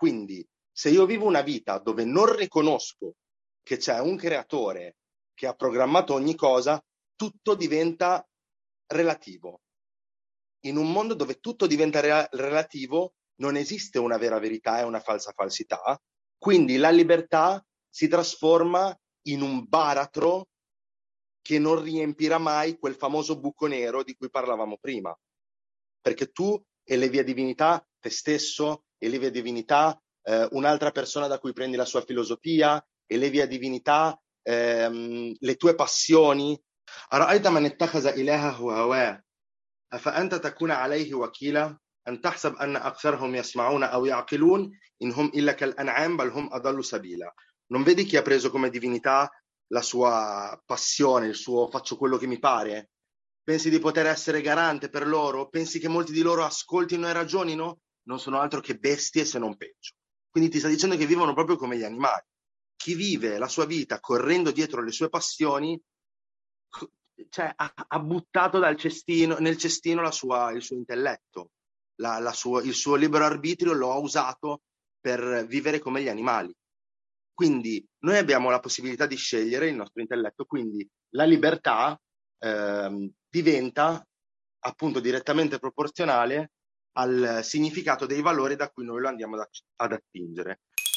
Quindi se io vivo una vita dove non riconosco che c'è un creatore che ha programmato ogni cosa, tutto diventa relativo. In un mondo dove tutto diventa re- relativo, non esiste una vera verità e una falsa falsità, quindi la libertà si trasforma in un baratro che non riempirà mai quel famoso buco nero di cui parlavamo prima. Perché tu elevi a divinità te stesso, elevi a divinità eh, un'altra persona da cui prendi la sua filosofia, elevi a divinità ehm, le tue passioni. أرأيت من اتخذ إلهه هواه أفأنت تكون عليه وكيلا أن تحسب أن أكثرهم يسمعون أو يعقلون إن هم إلا كالأنعام بل هم أضل سبيلا. Non vedi chi ha preso come divinità la sua passione, il suo faccio quello che mi pare? Pensi di poter essere garante per loro? Pensi che molti di loro ascoltino e ragionino? Non sono altro che bestie, se non peggio. Quindi ti sta dicendo che vivono proprio come gli animali. Chi vive la sua vita correndo dietro le sue passioni, cioè ha, ha buttato dal cestino, nel cestino la sua, il suo intelletto, la, la suo, il suo libero arbitrio lo ha usato per vivere come gli animali. Quindi noi abbiamo la possibilità di scegliere il nostro intelletto, quindi la libertà ehm, diventa appunto direttamente proporzionale al significato dei valori da cui noi lo andiamo ad, ad attingere.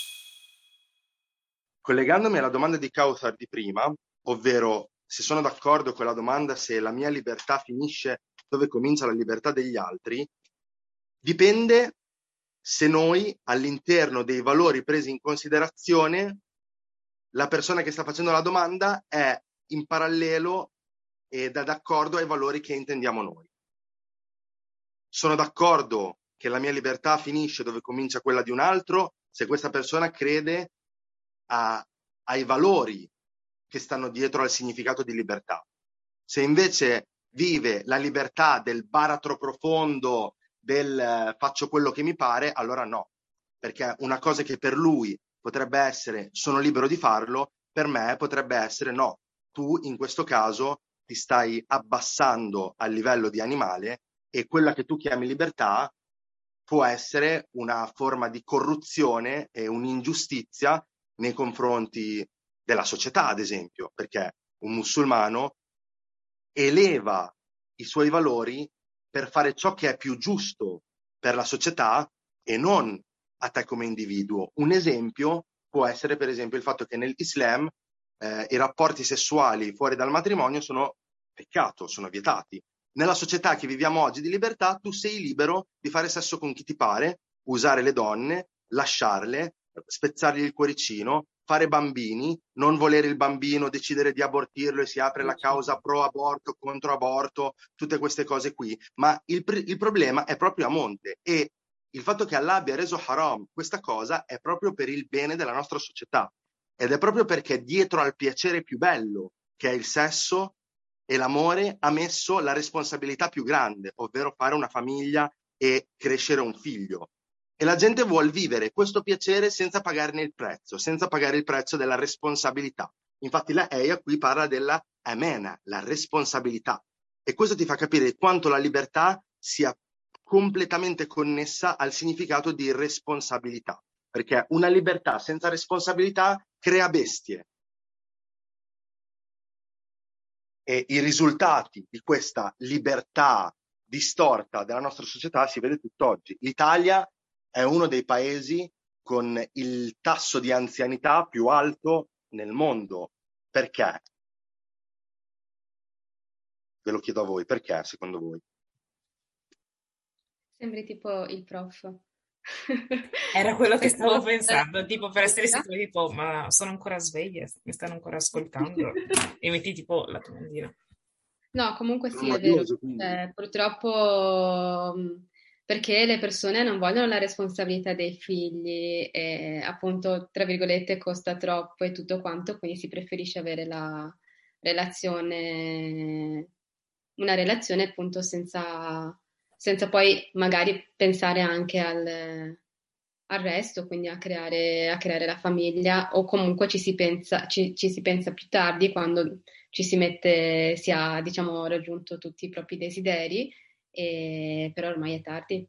Collegandomi alla domanda di Kauthar di prima, ovvero se sono d'accordo con la domanda se la mia libertà finisce dove comincia la libertà degli altri, dipende se noi all'interno dei valori presi in considerazione la persona che sta facendo la domanda è in parallelo ed è d'accordo ai valori che intendiamo noi. Sono d'accordo che la mia libertà finisce dove comincia quella di un altro se questa persona crede a, ai valori che stanno dietro al significato di libertà. Se invece vive la libertà del baratro profondo, del eh, faccio quello che mi pare, allora no. Perché una cosa che per lui potrebbe essere sono libero di farlo, per me potrebbe essere no. Tu in questo caso ti stai abbassando al livello di animale e quella che tu chiami libertà può essere una forma di corruzione e un'ingiustizia nei confronti della società, ad esempio, perché un musulmano eleva i suoi valori per fare ciò che è più giusto per la società e non a te come individuo. Un esempio può essere, per esempio, il fatto che nell'Islam eh, i rapporti sessuali fuori dal matrimonio sono peccato, sono vietati. Nella società che viviamo oggi di libertà, tu sei libero di fare sesso con chi ti pare, usare le donne, lasciarle, spezzargli il cuoricino, fare bambini, non volere il bambino, decidere di abortirlo e si apre la causa pro aborto, contro aborto, tutte queste cose qui. Ma il, il problema è proprio a monte e il fatto che Allah abbia reso haram questa cosa è proprio per il bene della nostra società ed è proprio perché dietro al piacere più bello, che è il sesso e l'amore, ha messo la responsabilità più grande, ovvero fare una famiglia e crescere un figlio. E la gente vuol vivere questo piacere senza pagarne il prezzo, senza pagare il prezzo della responsabilità. Infatti la Eia qui parla della amena, la responsabilità. E questo ti fa capire quanto la libertà sia completamente connessa al significato di responsabilità. Perché una libertà senza responsabilità crea bestie. E i risultati di questa libertà distorta della nostra società si vede tutt'oggi. L'Italia è uno dei paesi con il tasso di anzianità più alto nel mondo. Perché? Ve lo chiedo a voi, perché secondo voi? Sembri tipo il prof. Era quello che stavo Perché- pensando, tipo per essere sicuro, tipo, ma sono ancora sveglia, mi stanno ancora ascoltando? E metti tipo la domandina. No, comunque Sono sì, è vero. noioso, quindi. Eh, purtroppo mh, perché le persone non vogliono la responsabilità dei figli e appunto, tra virgolette, costa troppo e tutto quanto, quindi si preferisce avere la relazione, una relazione appunto senza, senza poi magari pensare anche al, al resto, quindi a creare, a creare la famiglia o comunque ci si pensa, ci, ci si pensa più tardi quando ci si mette, si ha, diciamo, raggiunto tutti i propri desideri, e, però ormai è tardi.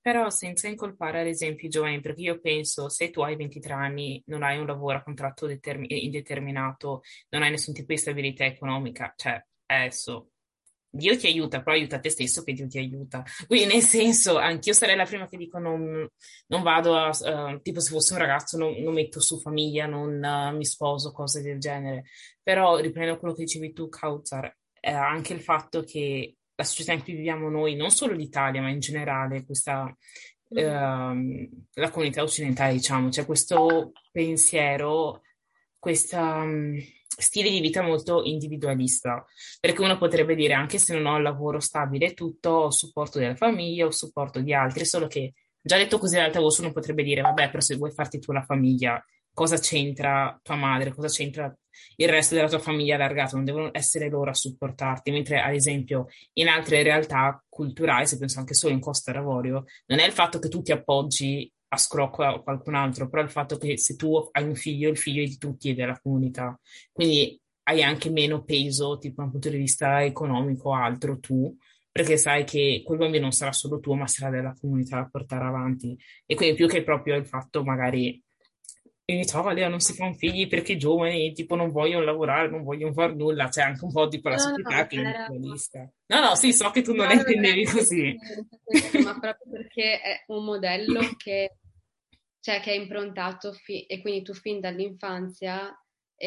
Però senza incolpare ad esempio i giovani, perché io penso, se tu hai ventitré anni, non hai un lavoro a contratto determi- indeterminato, non hai nessun tipo di stabilità economica, cioè adesso Dio ti aiuta, però aiuta te stesso che Dio ti aiuta. Quindi nel senso, anch'io sarei la prima che dico non, non vado a, eh, tipo se fossi un ragazzo non, non metto su famiglia, non eh, mi sposo, cose del genere. Però riprendo quello che dicevi tu, Kautsar, eh, anche il fatto che la società in cui viviamo noi, non solo l'Italia, ma in generale, questa, Mhm. ehm, la comunità occidentale, diciamo, c'è questo pensiero, questa mm, stile di vita molto individualista, perché uno potrebbe dire, anche se non ho il lavoro stabile e tutto, ho supporto della famiglia, ho supporto di altri, solo che già detto così ad alta voce uno potrebbe dire, vabbè, però se vuoi farti tu la famiglia, cosa c'entra tua madre, cosa c'entra il resto della tua famiglia allargata, non devono essere loro a supportarti, mentre ad esempio in altre realtà culturali, se penso anche solo in Costa d'Avorio, non è il fatto che tu ti appoggi a scrocco a qualcun altro, però il fatto che se tu hai un figlio, il figlio è di tutti e della comunità, quindi hai anche meno peso, tipo da un punto di vista economico o altro tu, perché sai che quel bambino non sarà solo tuo, ma sarà della comunità da portare avanti. E quindi più che proprio il fatto magari in Italia non si fanno figli perché i giovani tipo non vogliono lavorare, non vogliono fare nulla, c'è anche un po' tipo la No, no, società che è era... individualista. No, no, sì, so che tu non No, la non era intendevi così. assolutamente questo, ma proprio perché è un modello che, cioè, che è improntato fi- e quindi tu fin dall'infanzia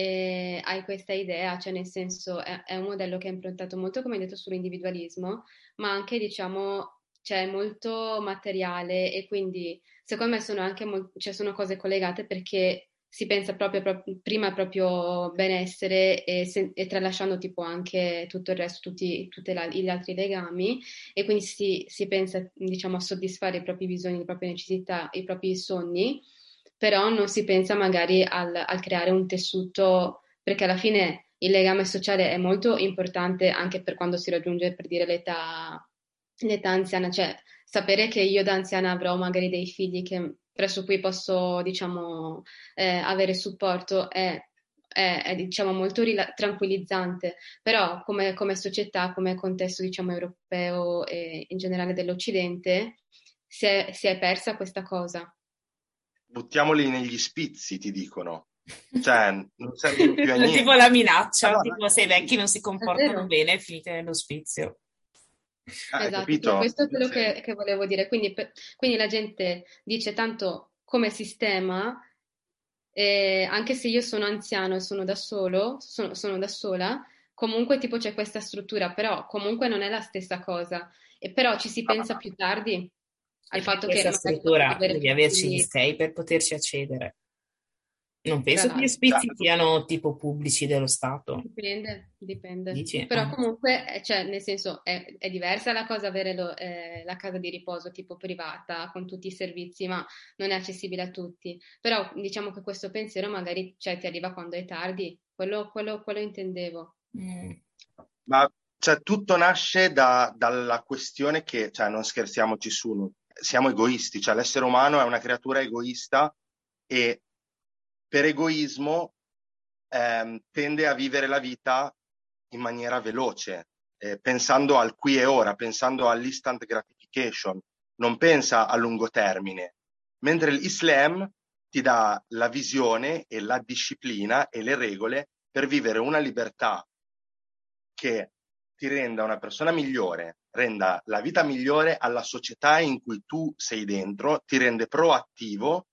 eh, hai questa idea, cioè nel senso è, è un modello che è improntato molto, come hai detto, sull'individualismo, ma anche, diciamo, cioè, molto materiale e quindi secondo me sono anche mol- cioè, sono cose collegate perché si pensa proprio, proprio- prima proprio benessere e, se- e tralasciando tipo anche tutto il resto, tutti tutti gli altri legami e quindi si, si pensa diciamo a soddisfare i propri bisogni, le proprie necessità, i propri sogni, però non si pensa magari al, al creare un tessuto, perché alla fine il legame sociale è molto importante anche per quando si raggiunge per dire l'età l'età anziana, cioè sapere che io da anziana avrò magari dei figli che, presso cui posso, diciamo, eh, avere supporto è, è- è, diciamo, molto rila- tranquillizzante, però come, come società, come contesto, diciamo, europeo e in generale dell'Occidente, si è, si è persa questa cosa. Buttiamoli negli spizzi, ti dicono. Cioè, non servono più a Tipo la niente. Ah, minaccia, no, no, tipo è se i così. vecchi non si È comportano vero? bene, finite nell'ospizio. Ah, hai Esatto, que- capito? questo è quello Invece, che, che volevo dire. Quindi, per- quindi la gente dice tanto come sistema, eh, anche se io sono anziano e sono da solo, sono, sono da sola, comunque tipo c'è questa struttura, però comunque non è la stessa cosa. E però ci si ah, pensa più tardi al E per fatto che questa magari dopo struttura avere devi averci gli figli, stay per poterci accedere. Non tra penso che gli l'altro. ospizi siano tipo pubblici dello Stato. Dipende, dipende. Dici? Però Ah. comunque, eh, cioè, nel senso, è, è diversa la cosa avere lo- eh, la casa di riposo tipo privata con tutti i servizi, ma non è accessibile a tutti. Però diciamo che questo pensiero magari, cioè, ti arriva quando è tardi. Quello, quello, quello intendevo. Mm. ma cioè, tutto nasce da- dalla questione che, cioè, non scherziamoci su, no- siamo egoisti, cioè l'essere umano è una creatura egoista e per egoismo ehm, tende a vivere la vita in maniera veloce, eh, pensando al qui e ora, pensando all'instant gratification, non pensa a lungo termine. Mentre l'Islam ti dà la visione e la disciplina e le regole per vivere una libertà che ti renda una persona migliore, renda la vita migliore alla società in cui tu sei dentro, ti rende proattivo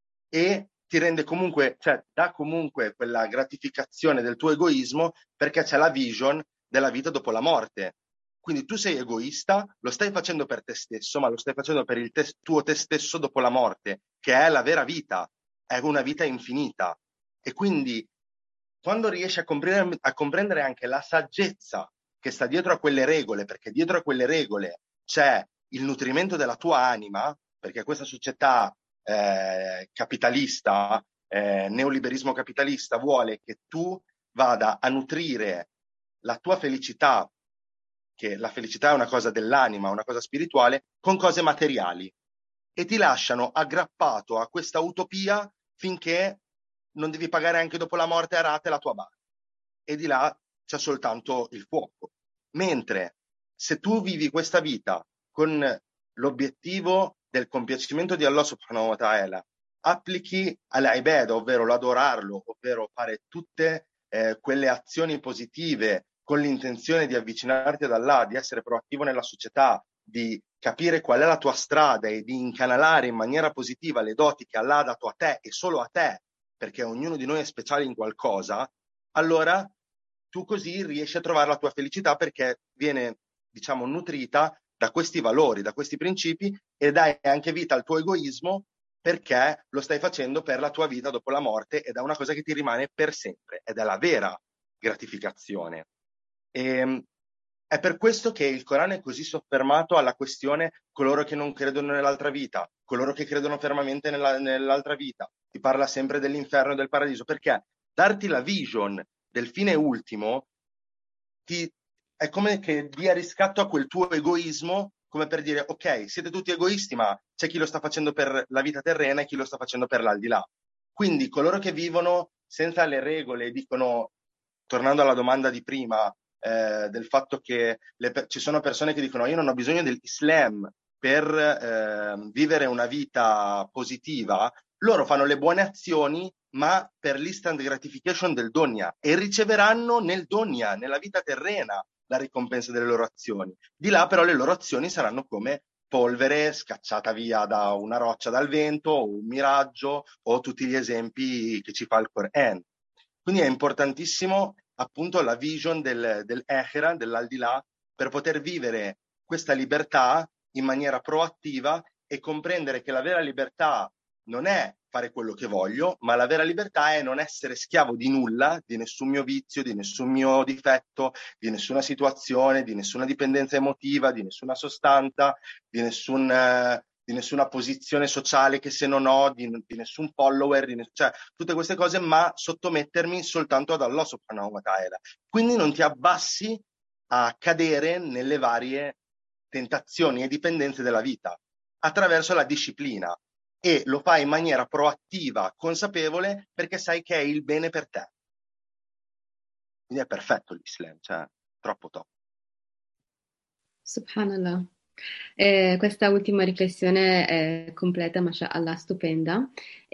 e ti rende comunque, cioè dà comunque quella gratificazione del tuo egoismo perché c'è la vision della vita dopo la morte. Quindi tu sei egoista, lo stai facendo per te stesso, ma lo stai facendo per il te- tuo te stesso dopo la morte, che è la vera vita, è una vita infinita. E quindi quando riesci a comprendere, a comprendere anche la saggezza che sta dietro a quelle regole, perché dietro a quelle regole c'è il nutrimento della tua anima, perché questa società eh, capitalista, eh, neoliberismo capitalista, vuole che tu vada a nutrire la tua felicità, che la felicità è una cosa dell'anima, una cosa spirituale, con cose materiali e ti lasciano aggrappato a questa utopia finché non devi pagare anche dopo la morte a rate la tua barca e di là c'è soltanto il fuoco. Mentre se tu vivi questa vita con l'obiettivo del compiacimento di Allah subhanahu wa ta'ala applichi all'ibada, ovvero l'adorarlo, ovvero fare tutte eh, quelle azioni positive con l'intenzione di avvicinarti ad Allah, di essere proattivo nella società, di capire qual è la tua strada e di incanalare in maniera positiva le doti che Allah ha dato a te e solo a te, perché ognuno di noi è speciale in qualcosa, allora tu così riesci a trovare la tua felicità, perché viene, diciamo, nutrita da questi valori, da questi principi, e dai anche vita al tuo egoismo, perché lo stai facendo per la tua vita dopo la morte ed è una cosa che ti rimane per sempre ed è la vera gratificazione. E è per questo che il Corano è così soffermato alla questione coloro che non credono nell'altra vita, coloro che credono fermamente nella, nell'altra vita. Ti parla sempre dell'inferno e del paradiso, perché darti la vision del fine ultimo ti, è come che dia riscatto a quel tuo egoismo, come per dire, ok, siete tutti egoisti, ma c'è chi lo sta facendo per la vita terrena e chi lo sta facendo per l'aldilà. Quindi coloro che vivono senza le regole, dicono, tornando alla domanda di prima, eh, del fatto che le, ci sono persone che dicono io non ho bisogno dell'Islam per eh, vivere una vita positiva, loro fanno le buone azioni ma per l'instant gratification del Donya, e riceveranno nel Donya, nella vita terrena, la ricompensa delle loro azioni. Di là però le loro azioni saranno come polvere scacciata via da una roccia dal vento o un miraggio o tutti gli esempi che ci fa il Quran. Quindi è importantissimo appunto la vision del, del Akhira, dell'aldilà, per poter vivere questa libertà in maniera proattiva e comprendere che la vera libertà non è fare quello che voglio, ma la vera libertà è non essere schiavo di nulla, di nessun mio vizio, di nessun mio difetto, di nessuna situazione, di nessuna dipendenza emotiva, di nessuna sostanza, di, nessun, eh, di nessuna posizione sociale che se non ho, di, di nessun follower, di ne- cioè tutte queste cose, ma sottomettermi soltanto ad Allah subhanahu wa ta'ala. Quindi non ti abbassi a cadere nelle varie tentazioni e dipendenze della vita attraverso la disciplina, e lo fai in maniera proattiva, consapevole, perché sai che è il bene per te. Quindi è perfetto l'Islam, cioè troppo top. Subhanallah. Eh, questa ultima riflessione è completa, mashallah, stupenda.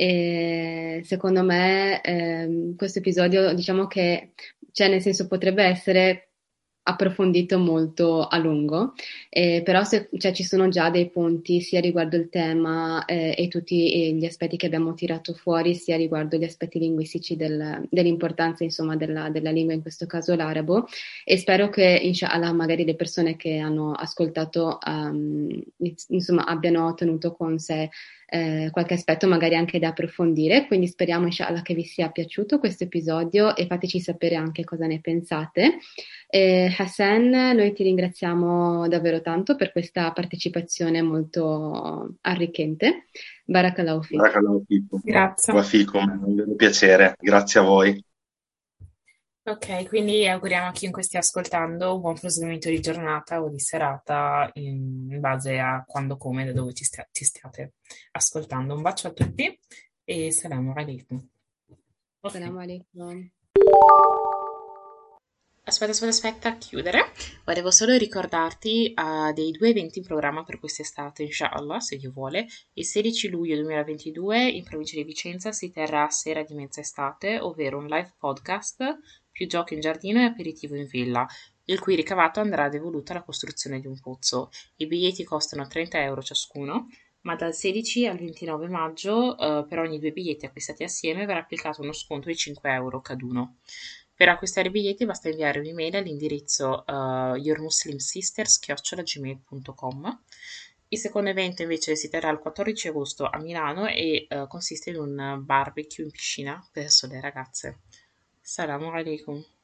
E secondo me ehm, questo episodio, diciamo che, cioè, nel senso, potrebbe essere approfondito molto a lungo, eh, però se, cioè, ci sono già dei punti sia riguardo il tema eh, e tutti eh, gli aspetti che abbiamo tirato fuori, sia riguardo gli aspetti linguistici del- dell'importanza, insomma, della, della lingua, in questo caso l'arabo, e spero che, inshallah, magari le persone che hanno ascoltato, um, insomma, abbiano tenuto con sé eh, qualche aspetto magari anche da approfondire. Quindi speriamo, inshallah, che vi sia piaciuto questo episodio e fateci sapere anche cosa ne pensate. Eh, Hassan, noi ti ringraziamo davvero tanto per questa partecipazione molto arricchente. Barakallahu fik. Barakallahu fikum. Grazie. Wa fikum, è un vero piacere, grazie a voi. Ok, quindi auguriamo a chiunque stia ascoltando un buon proseguimento di giornata o di serata in base a quando, come, da dove ci, stia- ci stiate ascoltando. Un bacio a tutti e salam alaikum. Ok. Assalamu alaikum. Aspetta, aspetta, aspetta, a chiudere. Volevo solo ricordarti uh, dei due eventi in programma per quest'estate, inshallah, se Dio vuole. Il sedici luglio duemilaventidue in provincia di Vicenza si terrà Sera di Mezz'estate, ovvero un live podcast, più giochi in giardino e aperitivo in villa, il cui ricavato andrà devoluto alla costruzione di un pozzo. I biglietti costano trenta euro ciascuno, ma dal sedici al ventinove maggio uh, per ogni due biglietti acquistati assieme verrà applicato uno sconto di cinque euro caduno. Per acquistare i biglietti basta inviare un'email all'indirizzo uh, yourmuslimsisters chiocciola gmail punto com. Il secondo evento invece si terrà il quattordici agosto a Milano e uh, consiste in un barbecue in piscina per sole ragazze. Salamu alaikum.